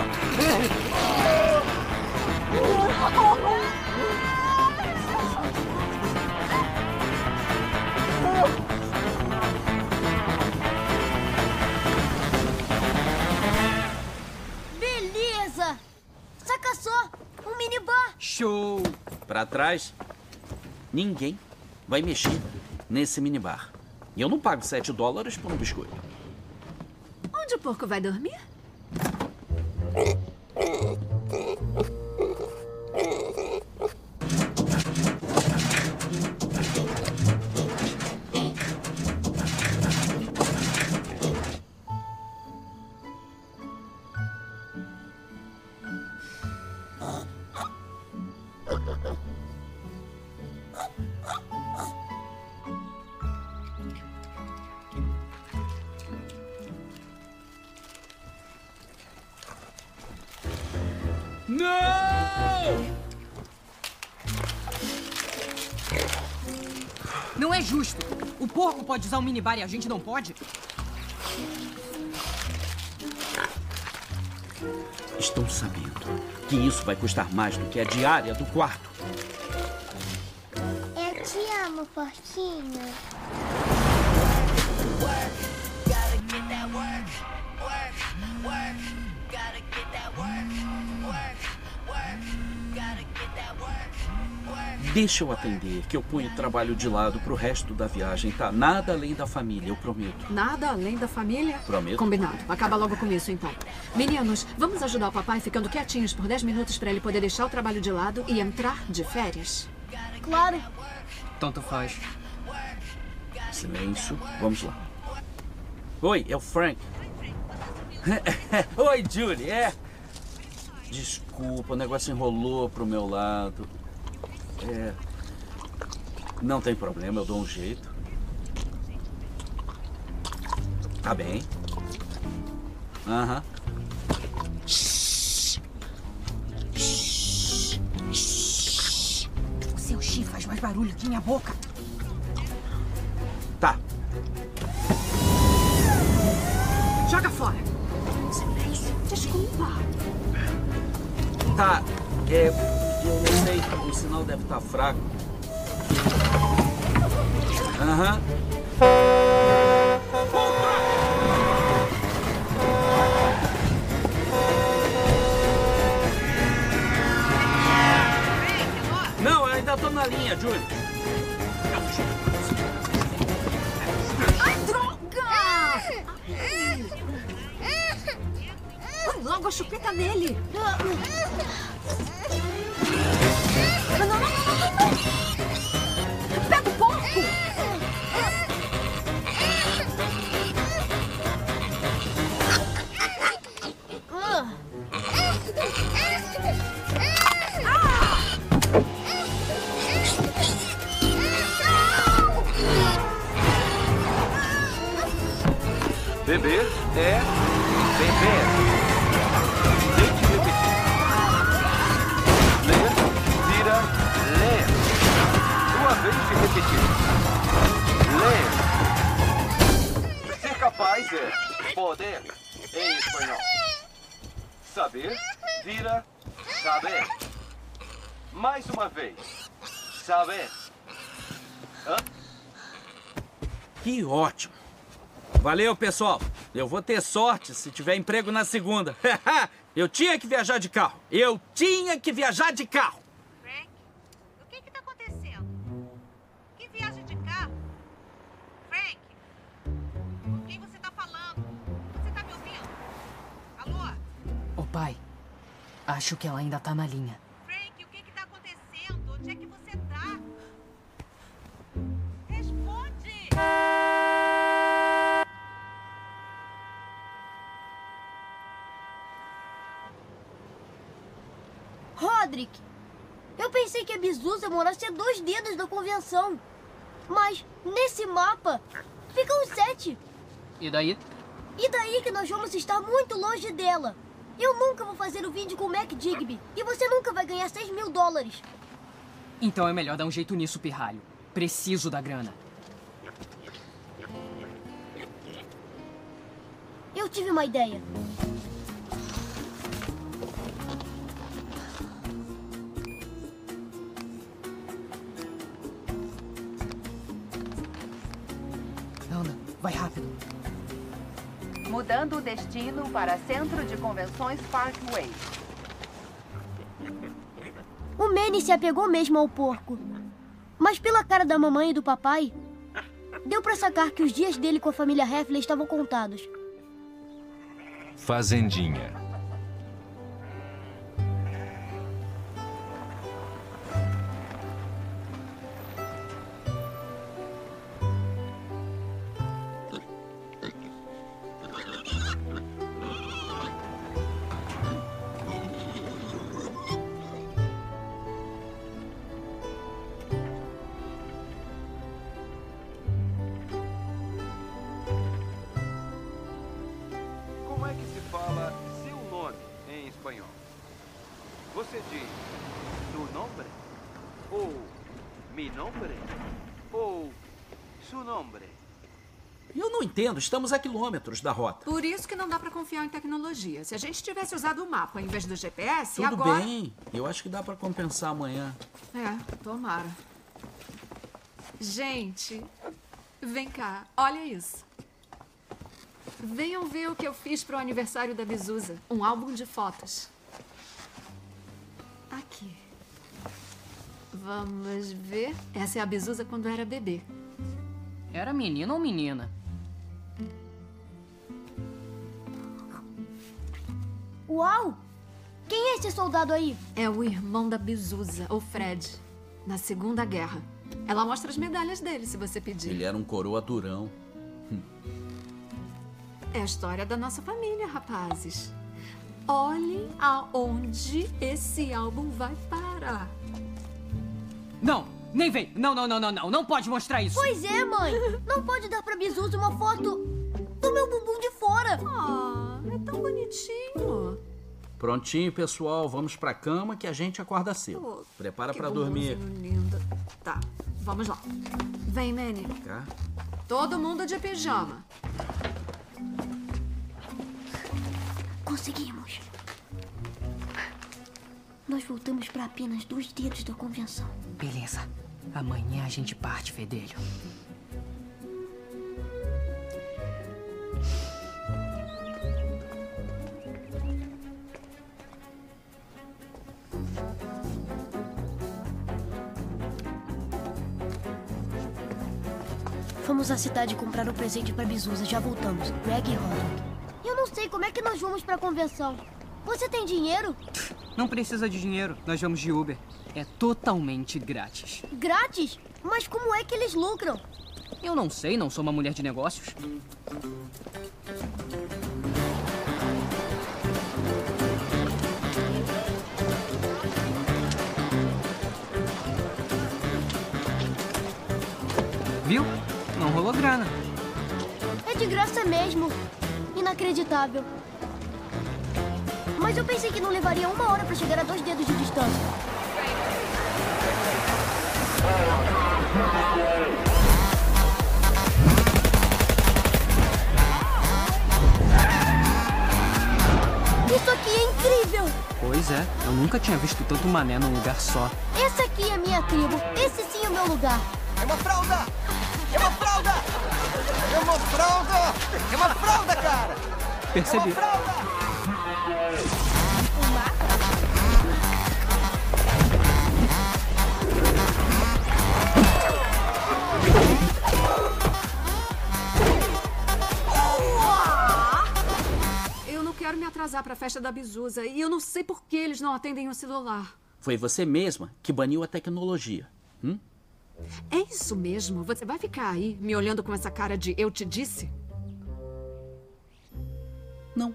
Beleza! Saca só! Um minibar! Show! Pra trás, ninguém vai mexer nesse minibar. E eu não pago sete dólares por um biscoito. Onde o porco vai dormir? Não! Não é justo. O porco pode usar o minibar e a gente não pode? Estão sabendo que isso vai custar mais do que a diária do quarto. Eu te amo, porquinho. Deixa eu atender, que eu ponho o trabalho de lado pro resto da viagem, tá? Nada além da família, eu prometo. Nada além da família? Prometo. Combinado. Acaba logo com isso, então. Meninos, vamos ajudar o papai ficando quietinhos por dez minutos para ele poder deixar o trabalho de lado e entrar de férias? Claro. Tanto faz. Silêncio. Vamos lá. Oi, é o Frank. Oi, Julie. É. Desculpa, o negócio enrolou pro meu lado. É. Não tem problema, eu dou um jeito. Tá bem. Aham. O seu xi faz mais barulho que minha boca. Tá. Joga fora. Silêncio. Desculpa. Tá. É. Eu não sei, o sinal deve estar fraco. Aham. Não, eu ainda tô na linha, Julie. Ai, droga! Põe logo a chupeta nele. Não, não, não, não, não. Pega o porco. Beber é beber. Tente repetir. Ler vira ler. Uma vez de repetir. Ler. Ser capaz é poder em espanhol. Saber vira saber. Mais uma vez. Saber. Hã? Que ótimo. Valeu, pessoal. Eu vou ter sorte se tiver emprego na segunda. Eu tinha que viajar de carro. Eu tinha que viajar de carro. Frank, o que que tá acontecendo? Que viagem de carro? Frank, com quem você tá falando? Você tá me ouvindo? Alô? Ô, pai. Acho que ela ainda tá na linha. Frank, o que que tá acontecendo? Onde é que você tá? Responde! Roderick, eu pensei que a Bizusa morasse a dois dedos da convenção. Mas, nesse mapa, ficam sete. E daí? E daí que nós vamos estar muito longe dela. Eu nunca vou fazer o vídeo com o Mac Digby. E você nunca vai ganhar seis mil dólares. Então é melhor dar um jeito nisso, pirralho. Preciso da grana. Eu tive uma ideia. Anda, vai rápido. Mudando o destino para Centro de Convenções Parkway. O Manny se apegou mesmo ao porco. Mas pela cara da mamãe e do papai, deu pra sacar que os dias dele com a família Heffley estavam contados. Fazendinha. Como é que se fala seu nome em espanhol? Você diz tu nombre? Ou mi nombre? Ou su nombre? Eu não entendo, estamos a quilômetros da rota. Por isso que não dá pra confiar em tecnologia. Se a gente tivesse usado o mapa em vez do G P S, Tudo agora... bem, eu acho que dá pra compensar amanhã. É, tomara. Gente, vem cá, olha isso. Venham ver o que eu fiz pro aniversário da Bizusa. Um álbum de fotos. Aqui. Vamos ver. Essa é a Bizusa quando era bebê. Era menino ou menina? Uau! Quem é esse soldado aí? É o irmão da Bizusa, o Fred, na Segunda Guerra. Ela mostra as medalhas dele, se você pedir. Ele era um coroa durão. É a história da nossa família, rapazes. Olhem aonde esse álbum vai parar. Não, nem vem. Não, não, não, não, não. Não pode mostrar isso. Pois é, mãe. Não pode dar pra Bizusa uma foto do meu bumbum de fora. Ah, é tão bonitinho. Prontinho, pessoal. Vamos pra cama que a gente acorda cedo. Oh, Prepara que pra dormir. Lindo. Tá, vamos lá. Vem, Manny. Cá. Todo mundo de pijama. Conseguimos. Nós voltamos pra apenas dois dedos da convenção. Beleza. Amanhã a gente parte, fedelho. Vamos à cidade comprar um presente pra Bizusa. Já voltamos. Greg e Roderick. Eu não sei como é que nós vamos pra convenção. Você tem dinheiro? Não precisa de dinheiro. Nós vamos de Uber. É totalmente grátis. Grátis? Mas como é que eles lucram? Eu não sei, não sou uma mulher de negócios. Viu? Não rolou grana. É de graça mesmo. Inacreditável. Mas eu pensei que não levaria uma hora pra chegar a dois dedos de distância. Isso aqui é incrível! Pois é, eu nunca tinha visto tanto mané num lugar só. Essa aqui é a minha tribo. Esse sim é o meu lugar. É uma fralda! É uma fralda! É uma fralda! É uma fralda, cara! Percebi. É uma fralda! Eu não quero me atrasar pra festa da Bizusa e eu não sei por que eles não atendem o celular. Foi você mesma que baniu a tecnologia. Hum? É isso mesmo? Você vai ficar aí me olhando com essa cara de eu te disse? Não.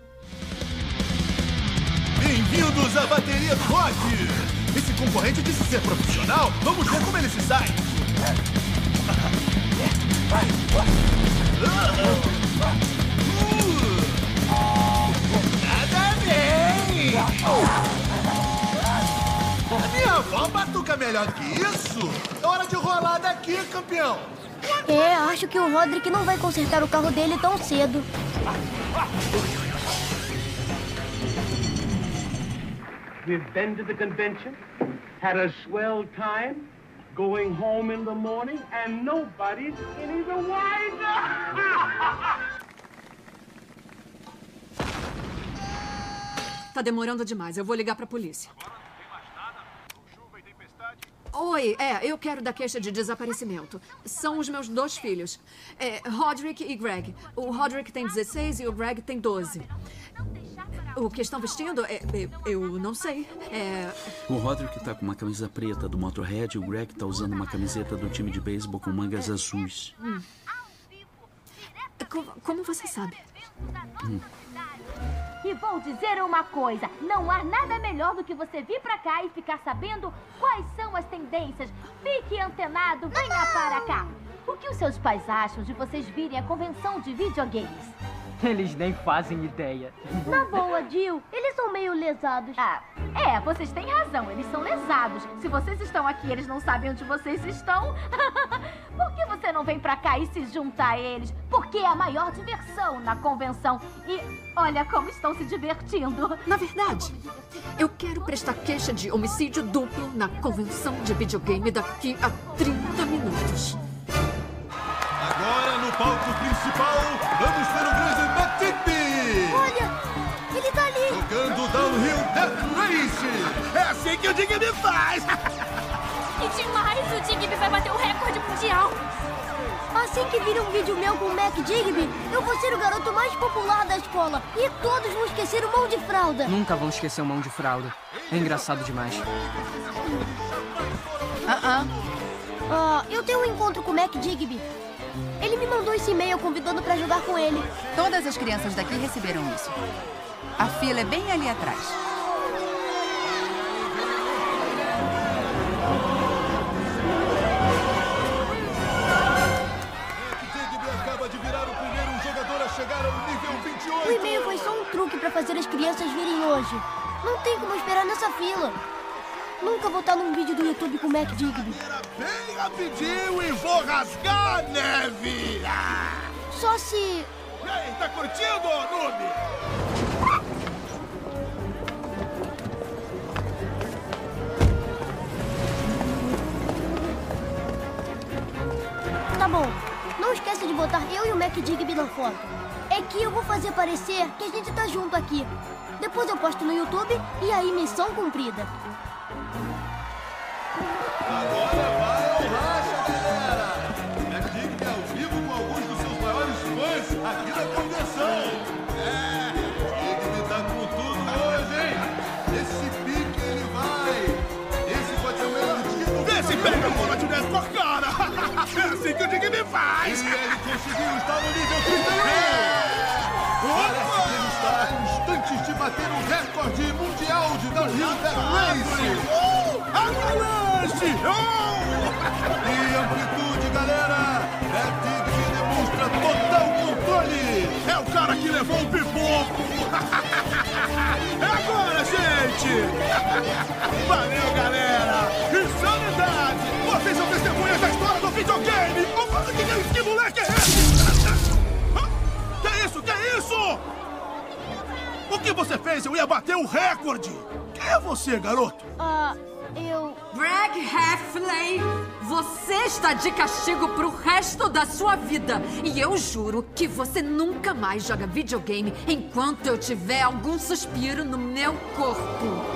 Bem-vindos à bateria do rock! Esse concorrente disse ser profissional. Vamos ver como ele se sai. Nada bem! Minha avó batuca melhor do que isso! É hora de rolar daqui, campeão! É, acho que o Roderick não vai consertar o carro dele tão cedo. We've been to the convention, had a swell time, going home in the morning, and nobody's any the wiser. Tá demorando demais. Eu vou ligar pra polícia. Oi, é, eu quero dar queixa de desaparecimento. São os meus dois filhos, é, Roderick e Greg. O Roderick tem dezesseis e o Greg tem doze. O que estão vestindo, é, é, eu não sei. É... O Roderick tá com uma camisa preta do Motorhead e o Greg tá usando uma camiseta do time de beisebol com mangas azuis. Hum. Como, como você sabe? Hum. E vou dizer uma coisa, não há nada melhor do que você vir pra cá e ficar sabendo quais são as tendências. Fique antenado, venha para cá. O que os seus pais acham de vocês virem à convenção de videogames? Eles nem fazem ideia. Na boa, Jill, eles são meio lesados. Ah, é, vocês têm razão, eles são lesados. Se vocês estão aqui e eles não sabem onde vocês estão, por que você não vem pra cá e se junta a eles? Porque é a maior diversão na convenção. E olha como estão se divertindo. Na verdade, eu quero prestar queixa de homicídio duplo na convenção de videogame daqui a trinta minutos. Agora no palco principal, vamos ter o grande Matic! Olha, ele tá ali! Jogando Downhill Death Race! É assim que o Dig me faz! Que demais! O Digby vai bater o recorde mundial! Assim que vir um vídeo meu com o Mac Digby, eu vou ser o garoto mais popular da escola. E todos vão esquecer o mão de fralda. Nunca vão esquecer o mão de fralda. É engraçado demais. Ah, ah. Ah, eu tenho um encontro com o Mac Digby. Ele me mandou esse e-mail convidando pra jogar com ele. Todas as crianças daqui receberam isso. A fila é bem ali atrás. Acaba de virar o primeiro jogador a chegar ao nível vinte e oito. O e-mail foi só um truque pra fazer as crianças virem hoje. Não tem como esperar nessa fila. Nunca vou estar num vídeo do YouTube com o Mac Digby. Bem rapidinho e vou rasgar a neve. Ah! Só se... E aí, tá curtindo, noob? Tá bom. Não esquece de botar eu e o Mac Digby na foto. É que eu vou fazer parecer que a gente tá junto aqui. Depois eu posto no YouTube e aí missão cumprida. Agora vai ao racha, galera! Mac Digby ao vivo com alguns dos seus maiores fãs aqui na convenção. É, Digby tá com tudo hoje, hein? Esse pique ele vai. Esse pode ser o melhor dia do Vê se pega a bola de neve com a cara. É assim que o Digby faz. E ele conseguiu estar no nível trinta e um. Parece que ele está a instantes de bater o recorde mundial de Downhill Drag Race. Avalanche! Oh! E amplitude, galera! Mac Digby demonstra total controle! É o cara que levou o pipoco! É agora, gente! Valeu, galera! Insanidade! Vocês são testemunhas da história do videogame! Oh, que, que, que moleque é esse? Que é isso? Que é isso? O que você fez? Eu ia bater o recorde! Quem é você, garoto? Ah... Eu... Greg Heffley, você está de castigo pro resto da sua vida. E eu juro que você nunca mais joga videogame enquanto eu tiver algum suspiro no meu corpo.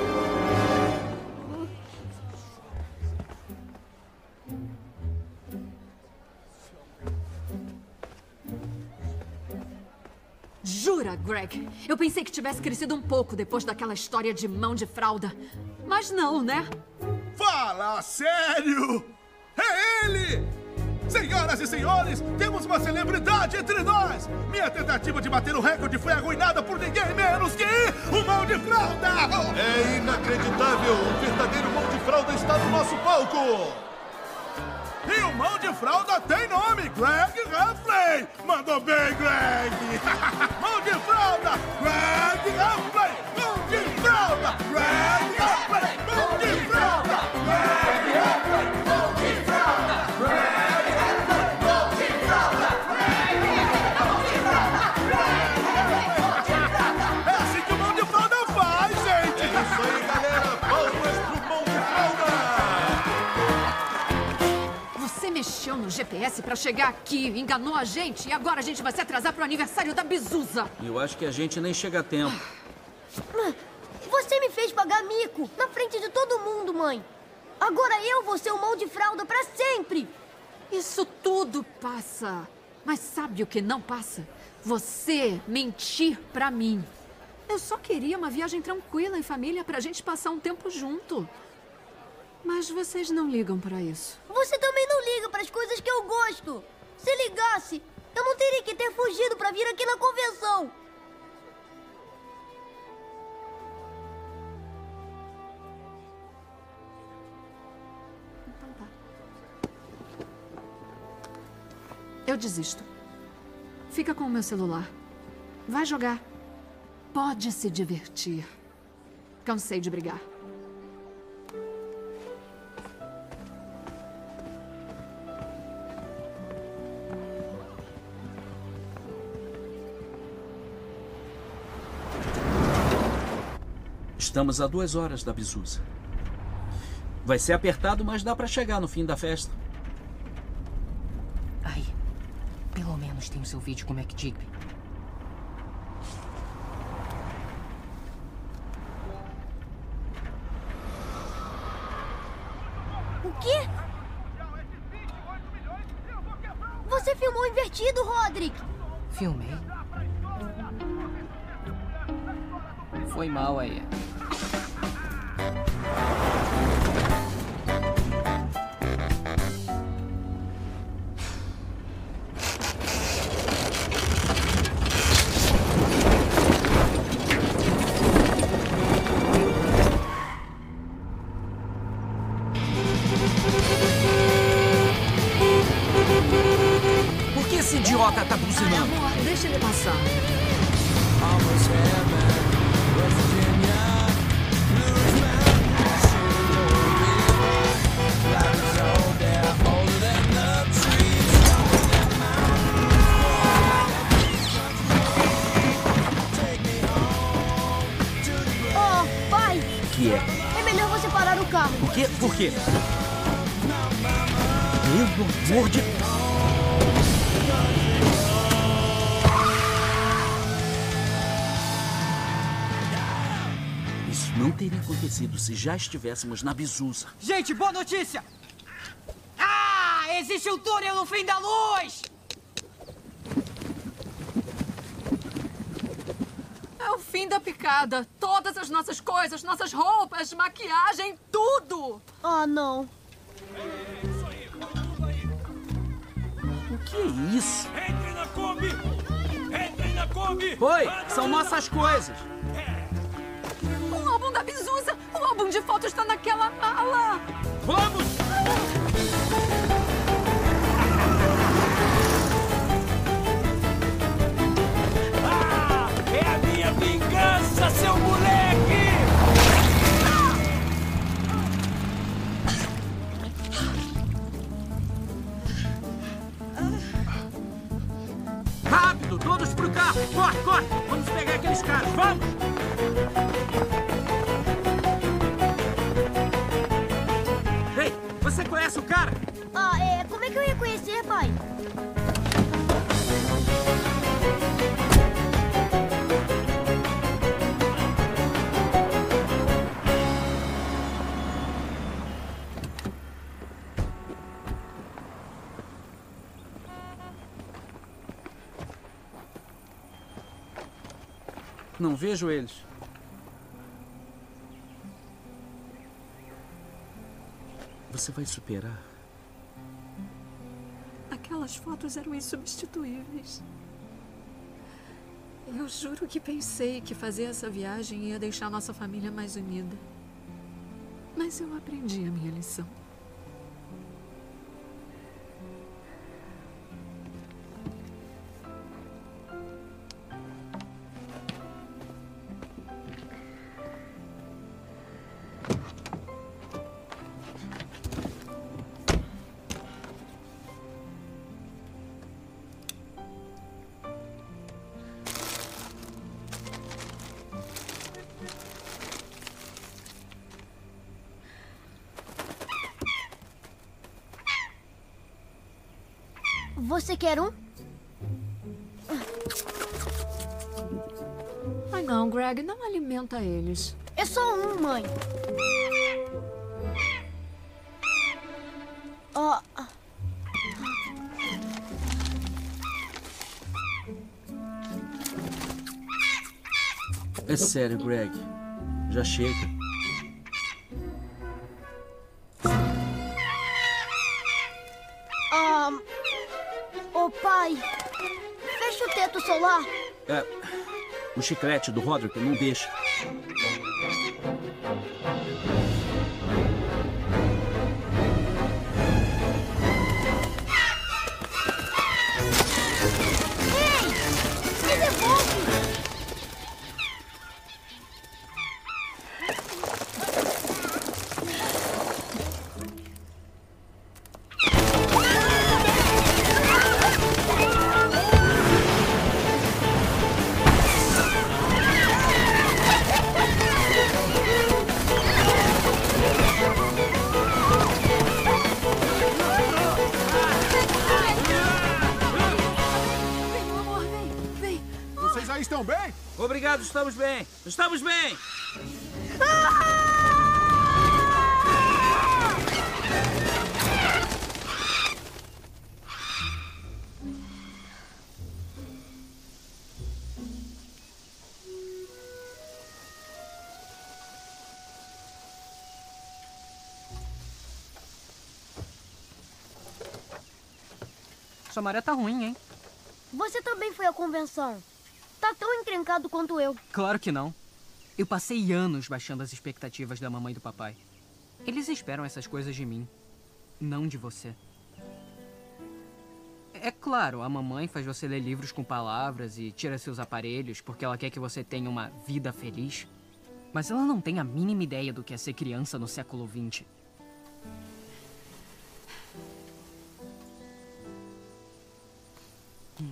Jura, Greg? Eu pensei que tivesse crescido um pouco depois daquela história de mão de fralda. Mas não, né? Fala sério! É ele! Senhoras e senhores, temos uma celebridade entre nós! Minha tentativa de bater o recorde foi arruinada por ninguém menos que o Mão de Fralda! É inacreditável! O verdadeiro Mão de Fralda está no nosso palco! E o Mão de Fralda tem nome, Greg Heffley! Mandou bem, Greg! Mão de Fralda, Greg Heffley! Mão de Fralda, Greg Heffley! Mão de Fralda, Greg Heffley! Mão de Fralda, Greg Heffley! Mão de Fralda, Greg Heffley! Mão de Fralda, Greg Heffley! Mão de Fralda! É assim que o Mão de Fralda faz, gente! É isso aí, galera! Palmas pro Mão de Fralda! Você mexeu no G P S pra chegar aqui, enganou a gente e agora a gente vai se atrasar pro aniversário da Bizusa. Eu acho que a gente nem chega a tempo. Você me fez pagar mico na frente de todo mundo, mãe. Agora eu vou ser o Mão de Fralda pra sempre. Isso tudo passa. Mas sabe o que não passa? Você mentir pra mim. Eu só queria uma viagem tranquila em família pra gente passar um tempo junto. Mas vocês não ligam pra isso. Você também não liga pras coisas que eu gosto. Se ligasse, eu não teria que ter fugido pra vir aqui na convenção. Então tá. Eu desisto. Fica com o meu celular. Vai jogar. Pode se divertir. Cansei de brigar. Estamos a duas horas da Bizusa. Vai ser apertado, mas dá pra chegar no fim da festa. Ai, pelo menos tem o seu vídeo com o Mac Digby. quê? Você filmou invertido, Roderick. Filmei? Foi mal aí. Por que esse idiota tá buzinando? Ai, amor, deixa ele passar. Oh, pai! O que é? É melhor você parar o carro. Por quê? Por quê? Pelo amor de... Isso não teria acontecido se já estivéssemos na Bizusa. Gente, boa notícia! Ah, existe um túnel no fim da luz! É o fim da picada. Todas as nossas coisas, nossas roupas, maquiagem, tudo! Ah, não. O que é isso? Entrem na Kombi! Entrem na Kombi! Oi, são nossas coisas. O álbum da Bizusa! O álbum de fotos está naquela mala! Vamos! Ah! É a minha vingança, seu moleque! Rápido, todos pro carro! Corre, corre! Vamos pegar aqueles caras, vamos! Ei, você conhece o cara? Ah, é... Como é que eu ia conhecer, pai? Não vejo eles. Você vai superar. Aquelas fotos eram insubstituíveis. Eu juro que pensei que fazer essa viagem ia deixar nossa família mais unida. Mas eu aprendi a minha lição. Você quer um? Ai não, Greg, não alimenta eles. É só um, mãe. Ó. É sério, Greg. Já chega. Ah, ô, pai. Fecha o teto solar. É, o chiclete do Roderick não deixa. Me devolve! Vocês aí estão bem? Obrigado, estamos bem. Estamos bem. Ah! Sua maré tá ruim, hein? Você também foi à convenção. Tá tão encrencado quanto eu. Claro que não. Eu passei anos baixando as expectativas da mamãe e do papai. Eles esperam essas coisas de mim, não de você. É claro, a mamãe faz você ler livros com palavras e tira seus aparelhos porque ela quer que você tenha uma vida feliz. Mas ela não tem a mínima ideia do que é ser criança no século vinte. Hum.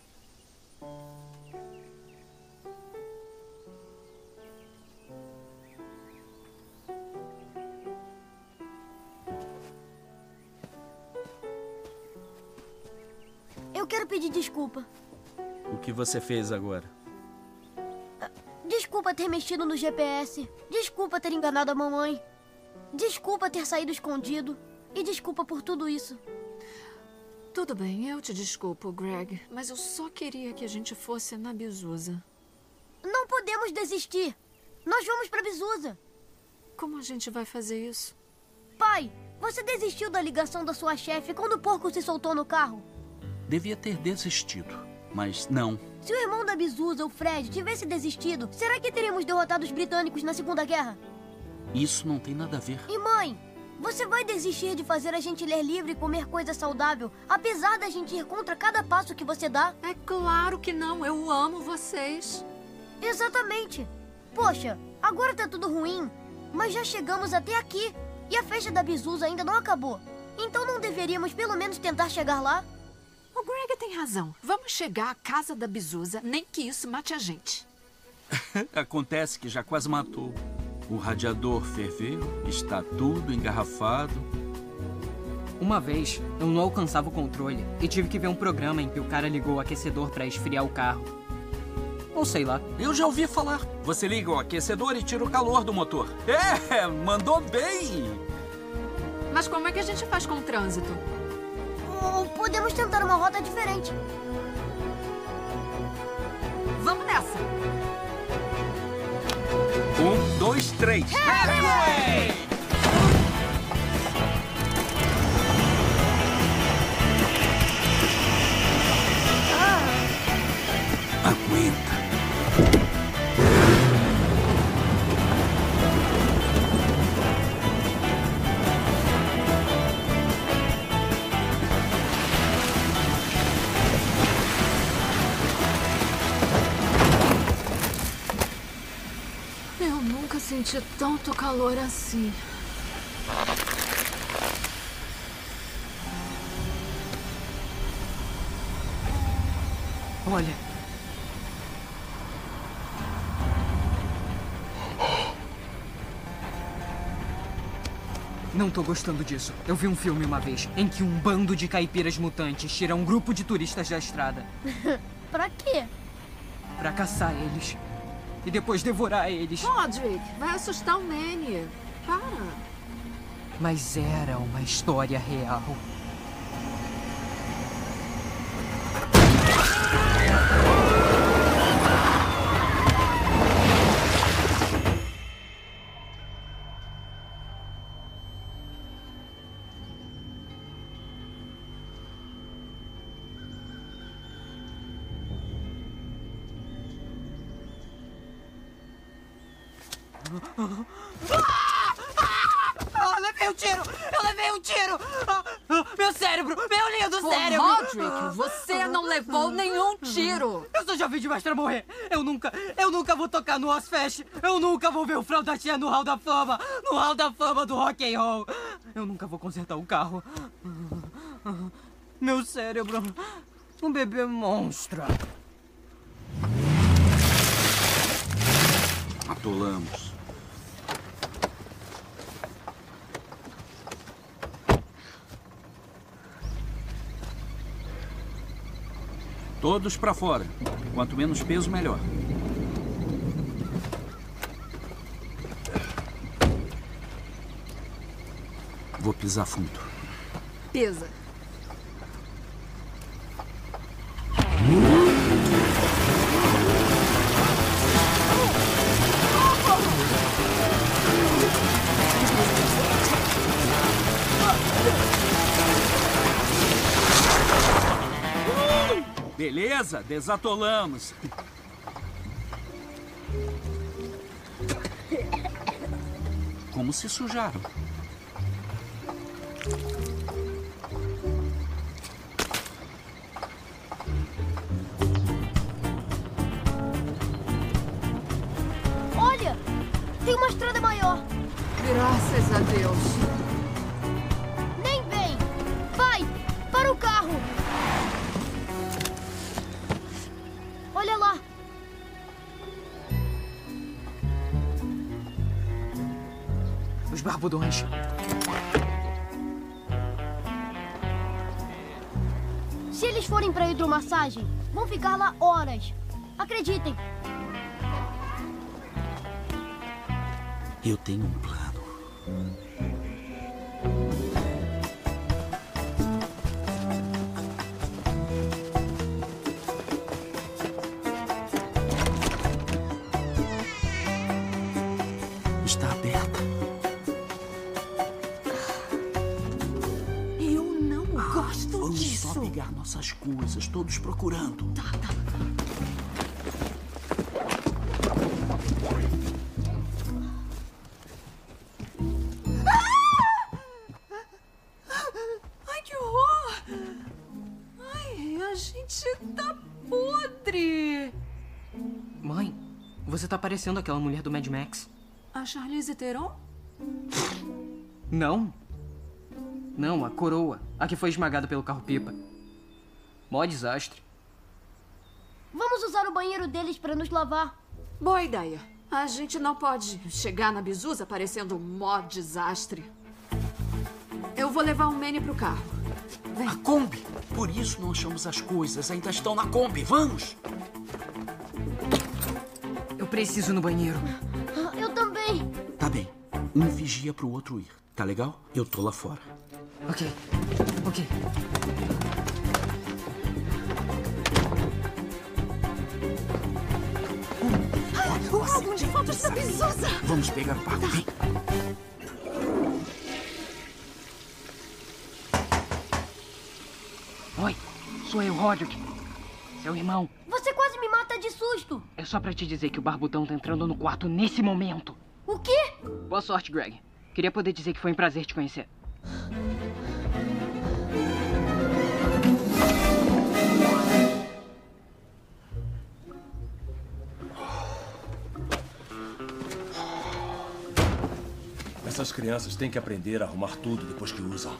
Eu quero pedir desculpa. O que você fez agora? Desculpa ter mexido no G P S. Desculpa ter enganado a mamãe. Desculpa ter saído escondido. E desculpa por tudo isso. Tudo bem, eu te desculpo, Greg. Mas eu só queria que a gente fosse na Bizusa. Não podemos desistir. Nós vamos pra Bizusa. Como a gente vai fazer isso? Pai, você desistiu da ligação da sua chefe quando o porco se soltou no carro? Devia ter desistido, mas não. Se o irmão da Bizusa, o Fred, tivesse desistido, será que teríamos derrotado os britânicos na Segunda Guerra? Isso não tem nada a ver. E mãe, você vai desistir de fazer a gente ler livro e comer coisa saudável, apesar da gente ir contra cada passo que você dá? É claro que não, eu amo vocês. Exatamente. Poxa, agora tá tudo ruim, mas já chegamos até aqui e a festa da Bizusa ainda não acabou. Então não deveríamos pelo menos tentar chegar lá? O Greg tem razão. Vamos chegar à casa da Bizusa, nem que isso mate a gente. Acontece que já quase matou. O radiador ferveu, está tudo engarrafado. Uma vez, eu não alcançava o controle e tive que ver um programa em que o cara ligou o aquecedor para esfriar o carro. Ou sei lá. Eu já ouvi falar. Você liga o aquecedor e tira o calor do motor. É, mandou bem! Mas como é que a gente faz com o trânsito? Ou podemos tentar uma rota diferente. Vamos nessa! Um, dois, três. Hathaway! Ah. Aguenta. Senti tanto calor assim. Olha. Não tô gostando disso. Eu vi um filme uma vez em que um bando de caipiras mutantes tira um grupo de turistas da estrada. Pra quê? Pra caçar eles. E depois devorar eles. Roderick, vai assustar o Manny. Para. Mas era uma história real. Ah, eu levei um tiro! Eu levei um tiro! Ah, ah, meu cérebro! Meu lindo Pô, cérebro! Roderick, você não levou nenhum tiro! Eu sou jovem demais pra morrer! Eu nunca, eu nunca vou tocar no Ozfest! Eu nunca vou ver o Frauda Tia no Hall da Fama! No Hall da Fama do Rock and Roll! Eu nunca vou consertar o carro! Meu cérebro! Um bebê monstro! Atolamos. Todos pra fora. Quanto menos peso, melhor. Vou pisar fundo. Pisa. Beleza, desatolamos. Como se sujaram? Olha! Tem uma estrada maior. Graças a Deus. Nem vem! Vai! Para o carro! Olha lá! Os barbudões. Se eles forem para a hidromassagem, vão ficar lá horas. Acreditem. Eu tenho um plano. Está aberta. Eu não gosto Vamos disso. só pegar nossas coisas, todos procurando. Tá, tá. Ai, que horror! Ai, a gente tá podre. Mãe, você tá parecendo aquela mulher do Mad Max. A Charlize Theron? Não. Não, a coroa. A que foi esmagada pelo carro-pipa. Mó desastre. Vamos usar o banheiro deles para nos lavar. Boa ideia. A gente não pode chegar na Bizusa parecendo um mó desastre. Eu vou levar o Manny pro carro. Vem. A Kombi. Por isso não achamos as coisas. Ainda estão na Kombi. Vamos! Eu preciso ir no banheiro. Eu também. Tá bem. Um vigia pro outro ir. Tá legal? Eu tô lá fora. Ok. Ok. O álbum de fotos da Bizusa! Vamos pegar o barco. Vem. Oi, sou eu, Roderick. Seu irmão. Você quase me mata de susto. É só pra te dizer que o barbudão tá entrando no quarto nesse momento. O quê? Boa sorte, Greg. Queria poder dizer que foi um prazer te conhecer. Essas crianças têm que aprender a arrumar tudo depois que usam.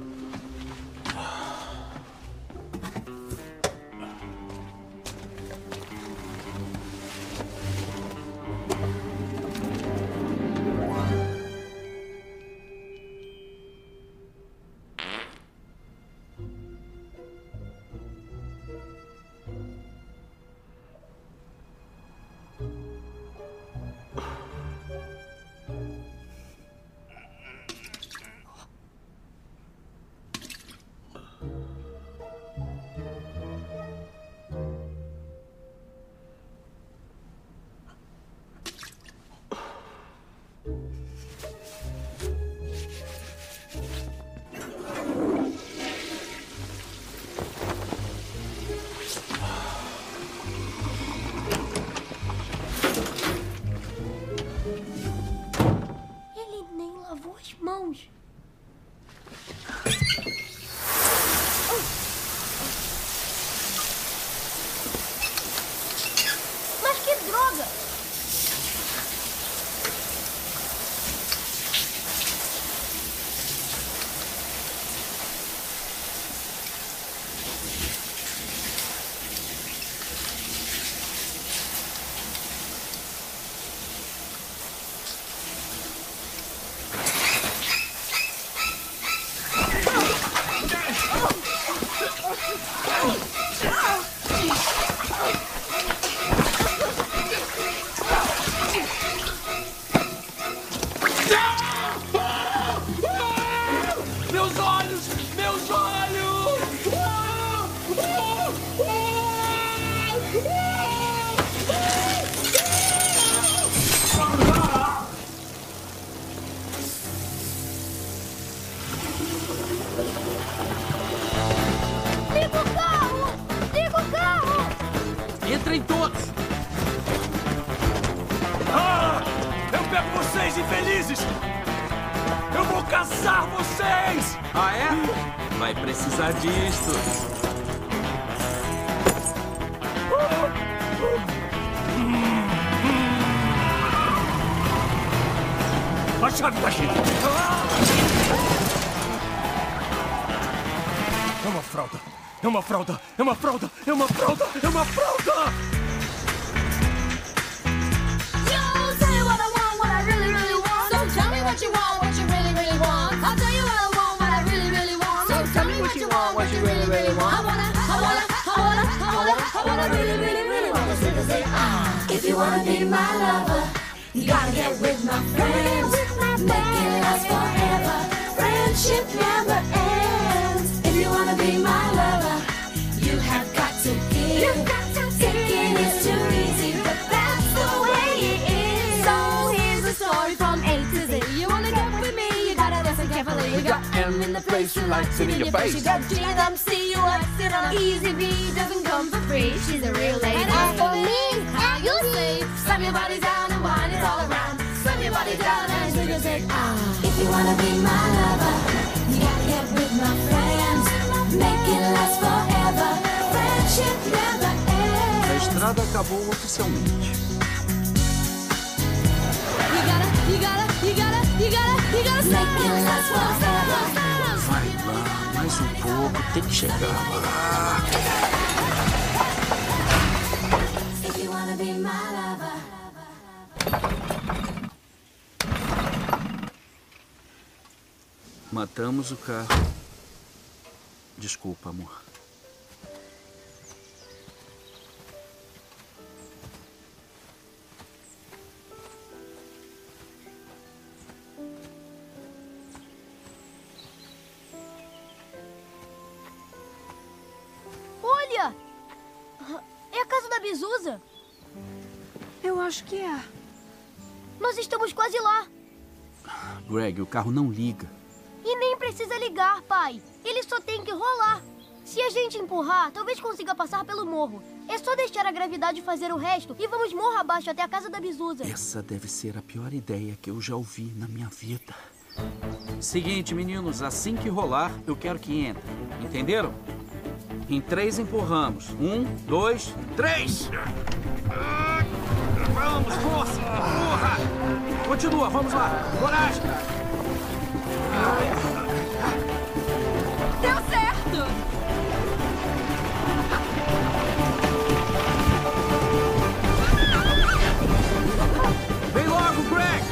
Mãos. Mas que droga! Meus olhos! Meus olhos! Liga o carro! Liga o carro! Entrem todos! Ah! Eu pego vocês, infelizes! Eu vou caçar vocês! Ah, é? Vai precisar disto. A chave tá aqui! É uma fralda! É uma fralda! É uma fralda! É uma fralda! É uma fralda! Yo, tell you what I want, what I really, really want. So tell me what you want, what you really, really want. I'll tell you what I want, what I really, really want. So tell me what you want, what you really, really want. I wanna, I wanna, I wanna, I wanna, I wanna really, really, really want. So they say, ah. If you wanna be my lover, you gotta get with my friends. Make it last forever. Friendship never ends. If you wanna be my lover, you have got to give. Taking is too easy, but that's the way it is. So here's a story from A to Z. You wanna get with me, you gotta listen carefully. You got M in the place, she likes it in your face. You got G and M C, you likes it on Easy V. Doesn't come for free, she's a real lady. And as for me, how you say, slam your body down and wine it all around. Slam your body down and you just say, ah. If you wanna be my lover, you gotta get with my friends. Make it last forever. Friendship never ends. A estrada acabou oficialmente. You gotta, you gotta, you gotta, you gotta, you gotta make it last forever. Vai lá, mais um pouco, tem que chegar lá. If you wanna be my lover. Matamos o carro. Desculpa, amor. Olha! É a casa da Bizusa. Eu acho que é. Nós estamos quase lá. Greg, o carro não liga. E nem precisa ligar, pai. Ele só tem que rolar. Se a gente empurrar, talvez consiga passar pelo morro. É só deixar a gravidade fazer o resto e vamos morro abaixo até a casa da Bizusa. Essa deve ser a pior ideia que eu já ouvi na minha vida. Seguinte, meninos, assim que rolar, eu quero que entre. Entenderam? Em três empurramos. Um, dois, três! Vamos, força! Empurra! Continua, vamos lá! Coragem! Deu certo! Vem logo, Greg!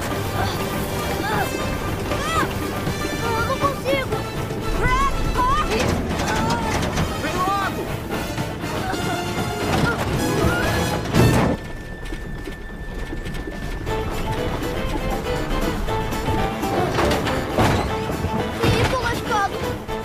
Eu não consigo! Greg, corre! Vem logo! Ih, tô lascado!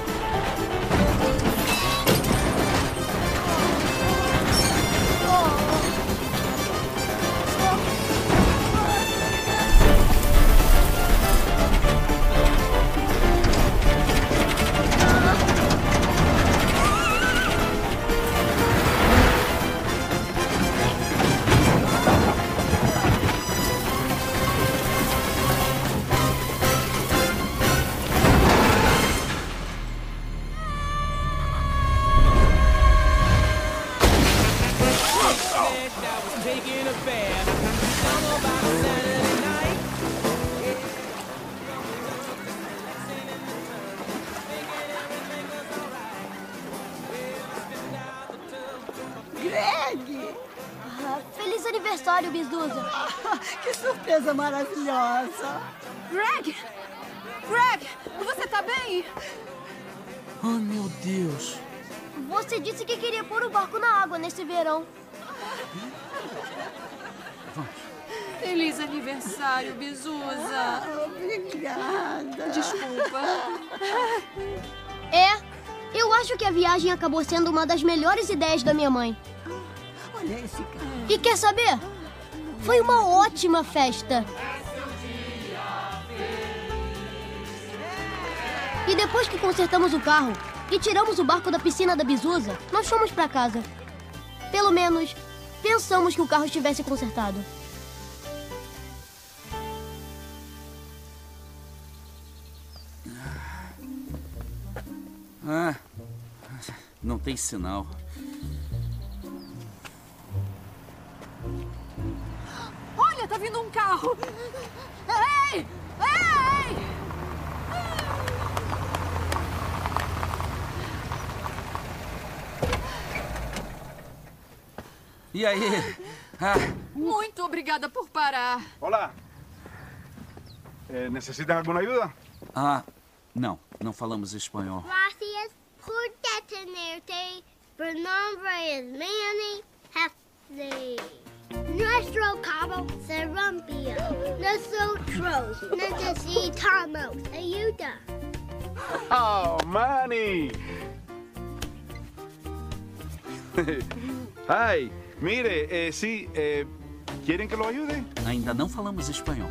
Greg! Ah, feliz aniversário, Bizusa! Que surpresa maravilhosa! Greg! Greg, você tá bem? Oh, meu Deus! Você disse que queria pôr o barco na água nesse verão. Feliz aniversário, Bizusa! Obrigada! Desculpa. É, eu acho que a viagem acabou sendo uma das melhores ideias da minha mãe. Olha esse cara. E quer saber? Foi uma ótima festa. E depois que consertamos o carro e tiramos o barco da piscina da Bizusa, nós fomos pra casa. Pelo menos, pensamos que o carro estivesse consertado. Ah, não tem sinal. Olha, tá vindo um carro. Ei! Ei! E aí? Ah, Muito obrigada por parar. Hola. Eh, ¿Necesitan alguna ayuda? ah, não, não falamos espanhol. Gracias por detenerte. Mi nombre es Manny Hefty. Nuestro carro se rompió. Nosotros necesitamos ayuda. Oh, Manny. Ay, mire, eh, sí, eh, ¿quieren que lo ayude? Ainda não falamos espanhol.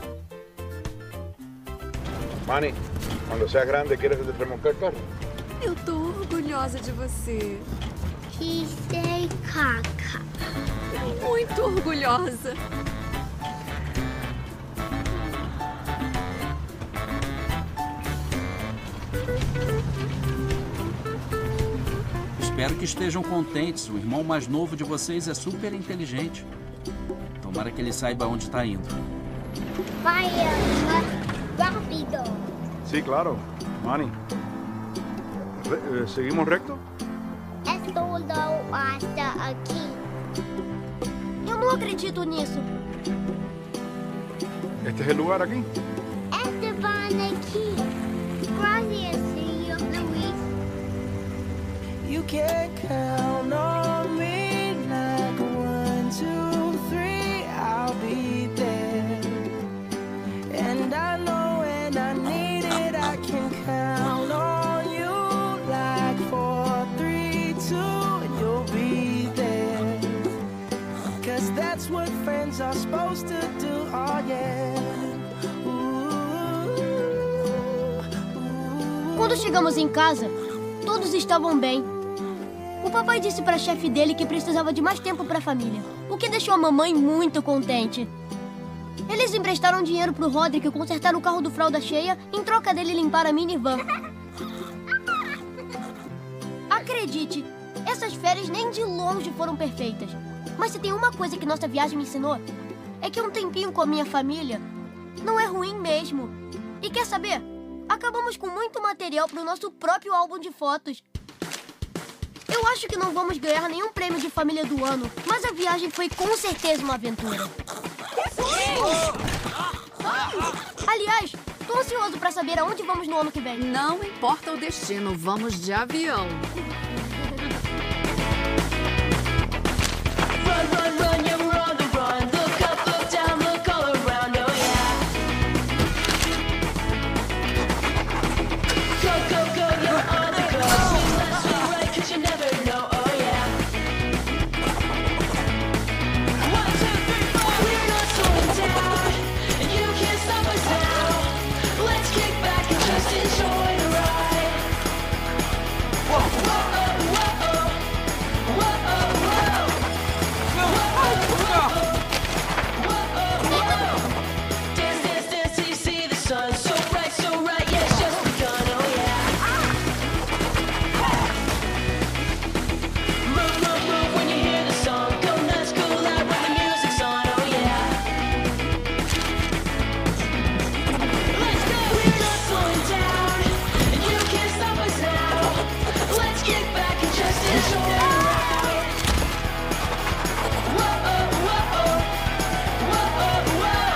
Manny, cuando seas grande, ¿quieres remolcar el carro? Eu tô orgulhosa de você. Quise caca. Muito orgulhosa. Espero que estejam contentes. O irmão mais novo de vocês é super inteligente. Tomara que ele saiba onde está indo. Vaya más rápido. Sí, claro. Manny. Re- eh, ¿Seguimos recto? Es todo hasta aquí. Eu não acredito nisso. ¿Este es el lugar aquí? Esteban aquí. Gracias, señor Luis. You can count on me like one, two, three, I'll be there. And I know when I need it, I can count on you like four, three, two, and you'll be there. Cause that's what friends are supposed to do, oh yeah. Quando chegamos em casa, todos estavam bem. O papai disse para a chefe dele que precisava de mais tempo para a família, o que deixou a mamãe muito contente. Eles emprestaram dinheiro pro Roderick consertar o carro do Fralda Cheia em troca dele limpar a minivan. Acredite, essas férias nem de longe foram perfeitas. Mas se tem uma coisa que nossa viagem me ensinou, é que um tempinho com a minha família não é ruim mesmo. E quer saber? Acabamos com muito material pro nosso próprio álbum de fotos. Eu acho que não vamos ganhar nenhum prêmio de família do ano, mas a viagem foi com certeza uma aventura. Aliás, tô ansioso pra saber aonde vamos no ano que vem. Não importa o destino, vamos de avião. Run, run, run, you run, run. Look up, look down, look all around, oh yeah. Go, go, go, you're on the go. Swing left, swing right, cause you never know, oh yeah. One, two, three, four. We're not slowing down, and you can't stop us now. Let's kick back and just enjoy the ride. Whoa, whoa, whoa, whoa, whoa, whoa. Dance, dance, dance till you see the sun. So bright, so right, yeah, it's just begun, oh yeah. Move, move, move when you hear the song. Go nuts, go loud when the music's on, oh yeah. Let's go, we're not slowing down, and you can't stop us now. Let's kick back and just enjoy the ride. Whoa, whoa, whoa, whoa, whoa.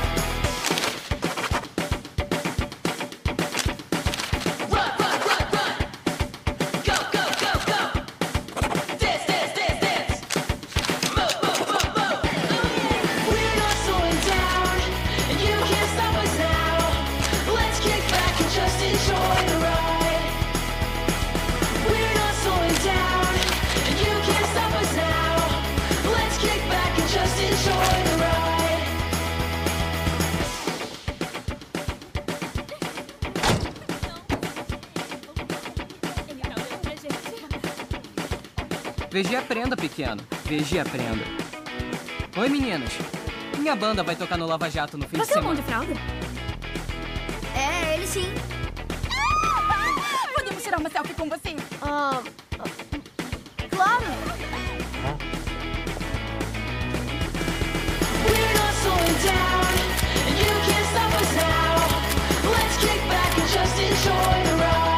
Run, run, run, run. Go, go, go, go. Dance, dance, dance, dance. Move, move, move, move. We're not slowing down, and you can't stop us now. Let's kick back and just enjoy the ride. We're not slowing down, and you can't stop us now. Let's kick back and just enjoy the ride. Vigia e aprenda, pequeno. Veja e aprenda. Oi, meninas. Minha banda vai tocar no Lava Jato no fim de Você é o semana. mão de fralda? É, ele sim. Podemos tirar uma selfie com você? Ah, claro. We're not slowing down, and you can't stop us now. Let's kick back and just enjoy the ride.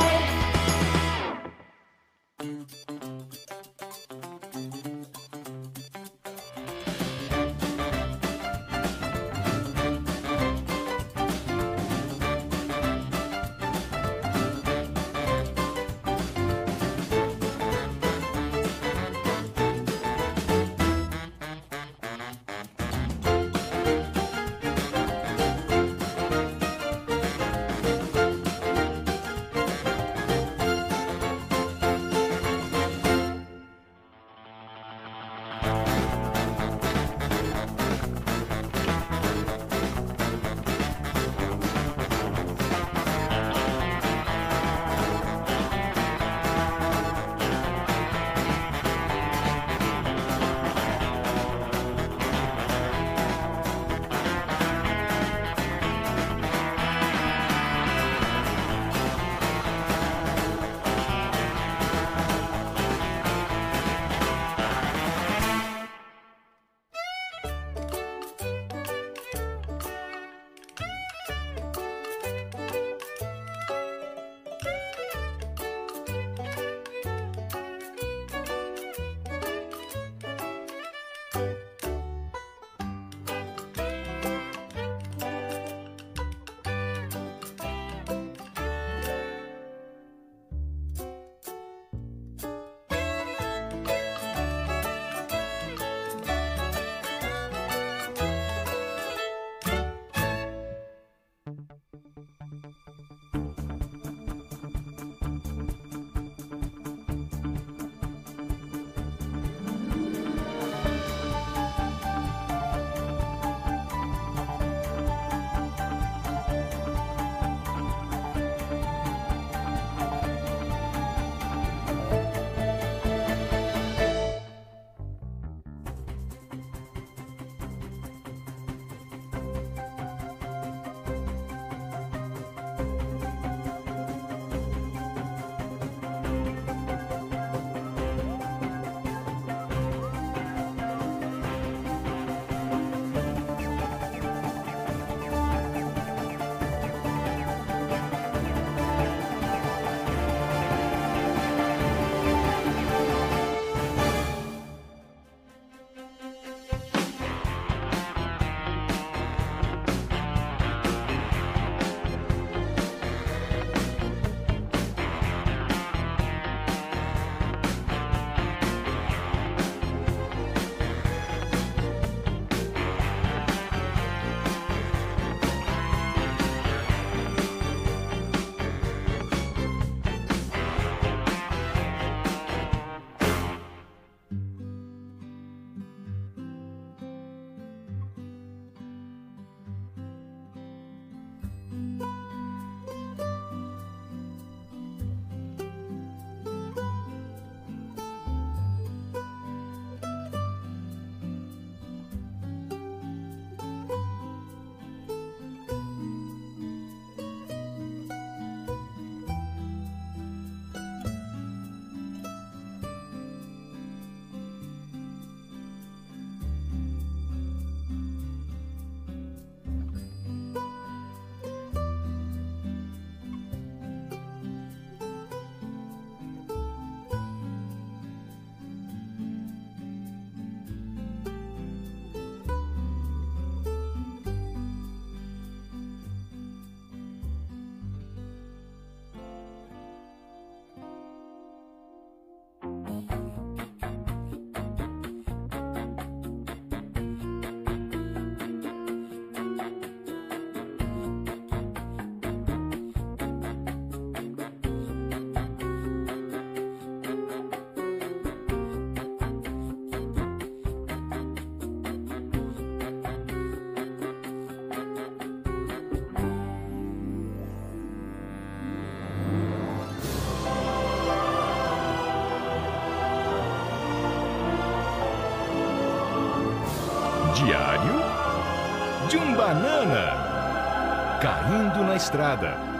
Diário de um banana caindo na estrada.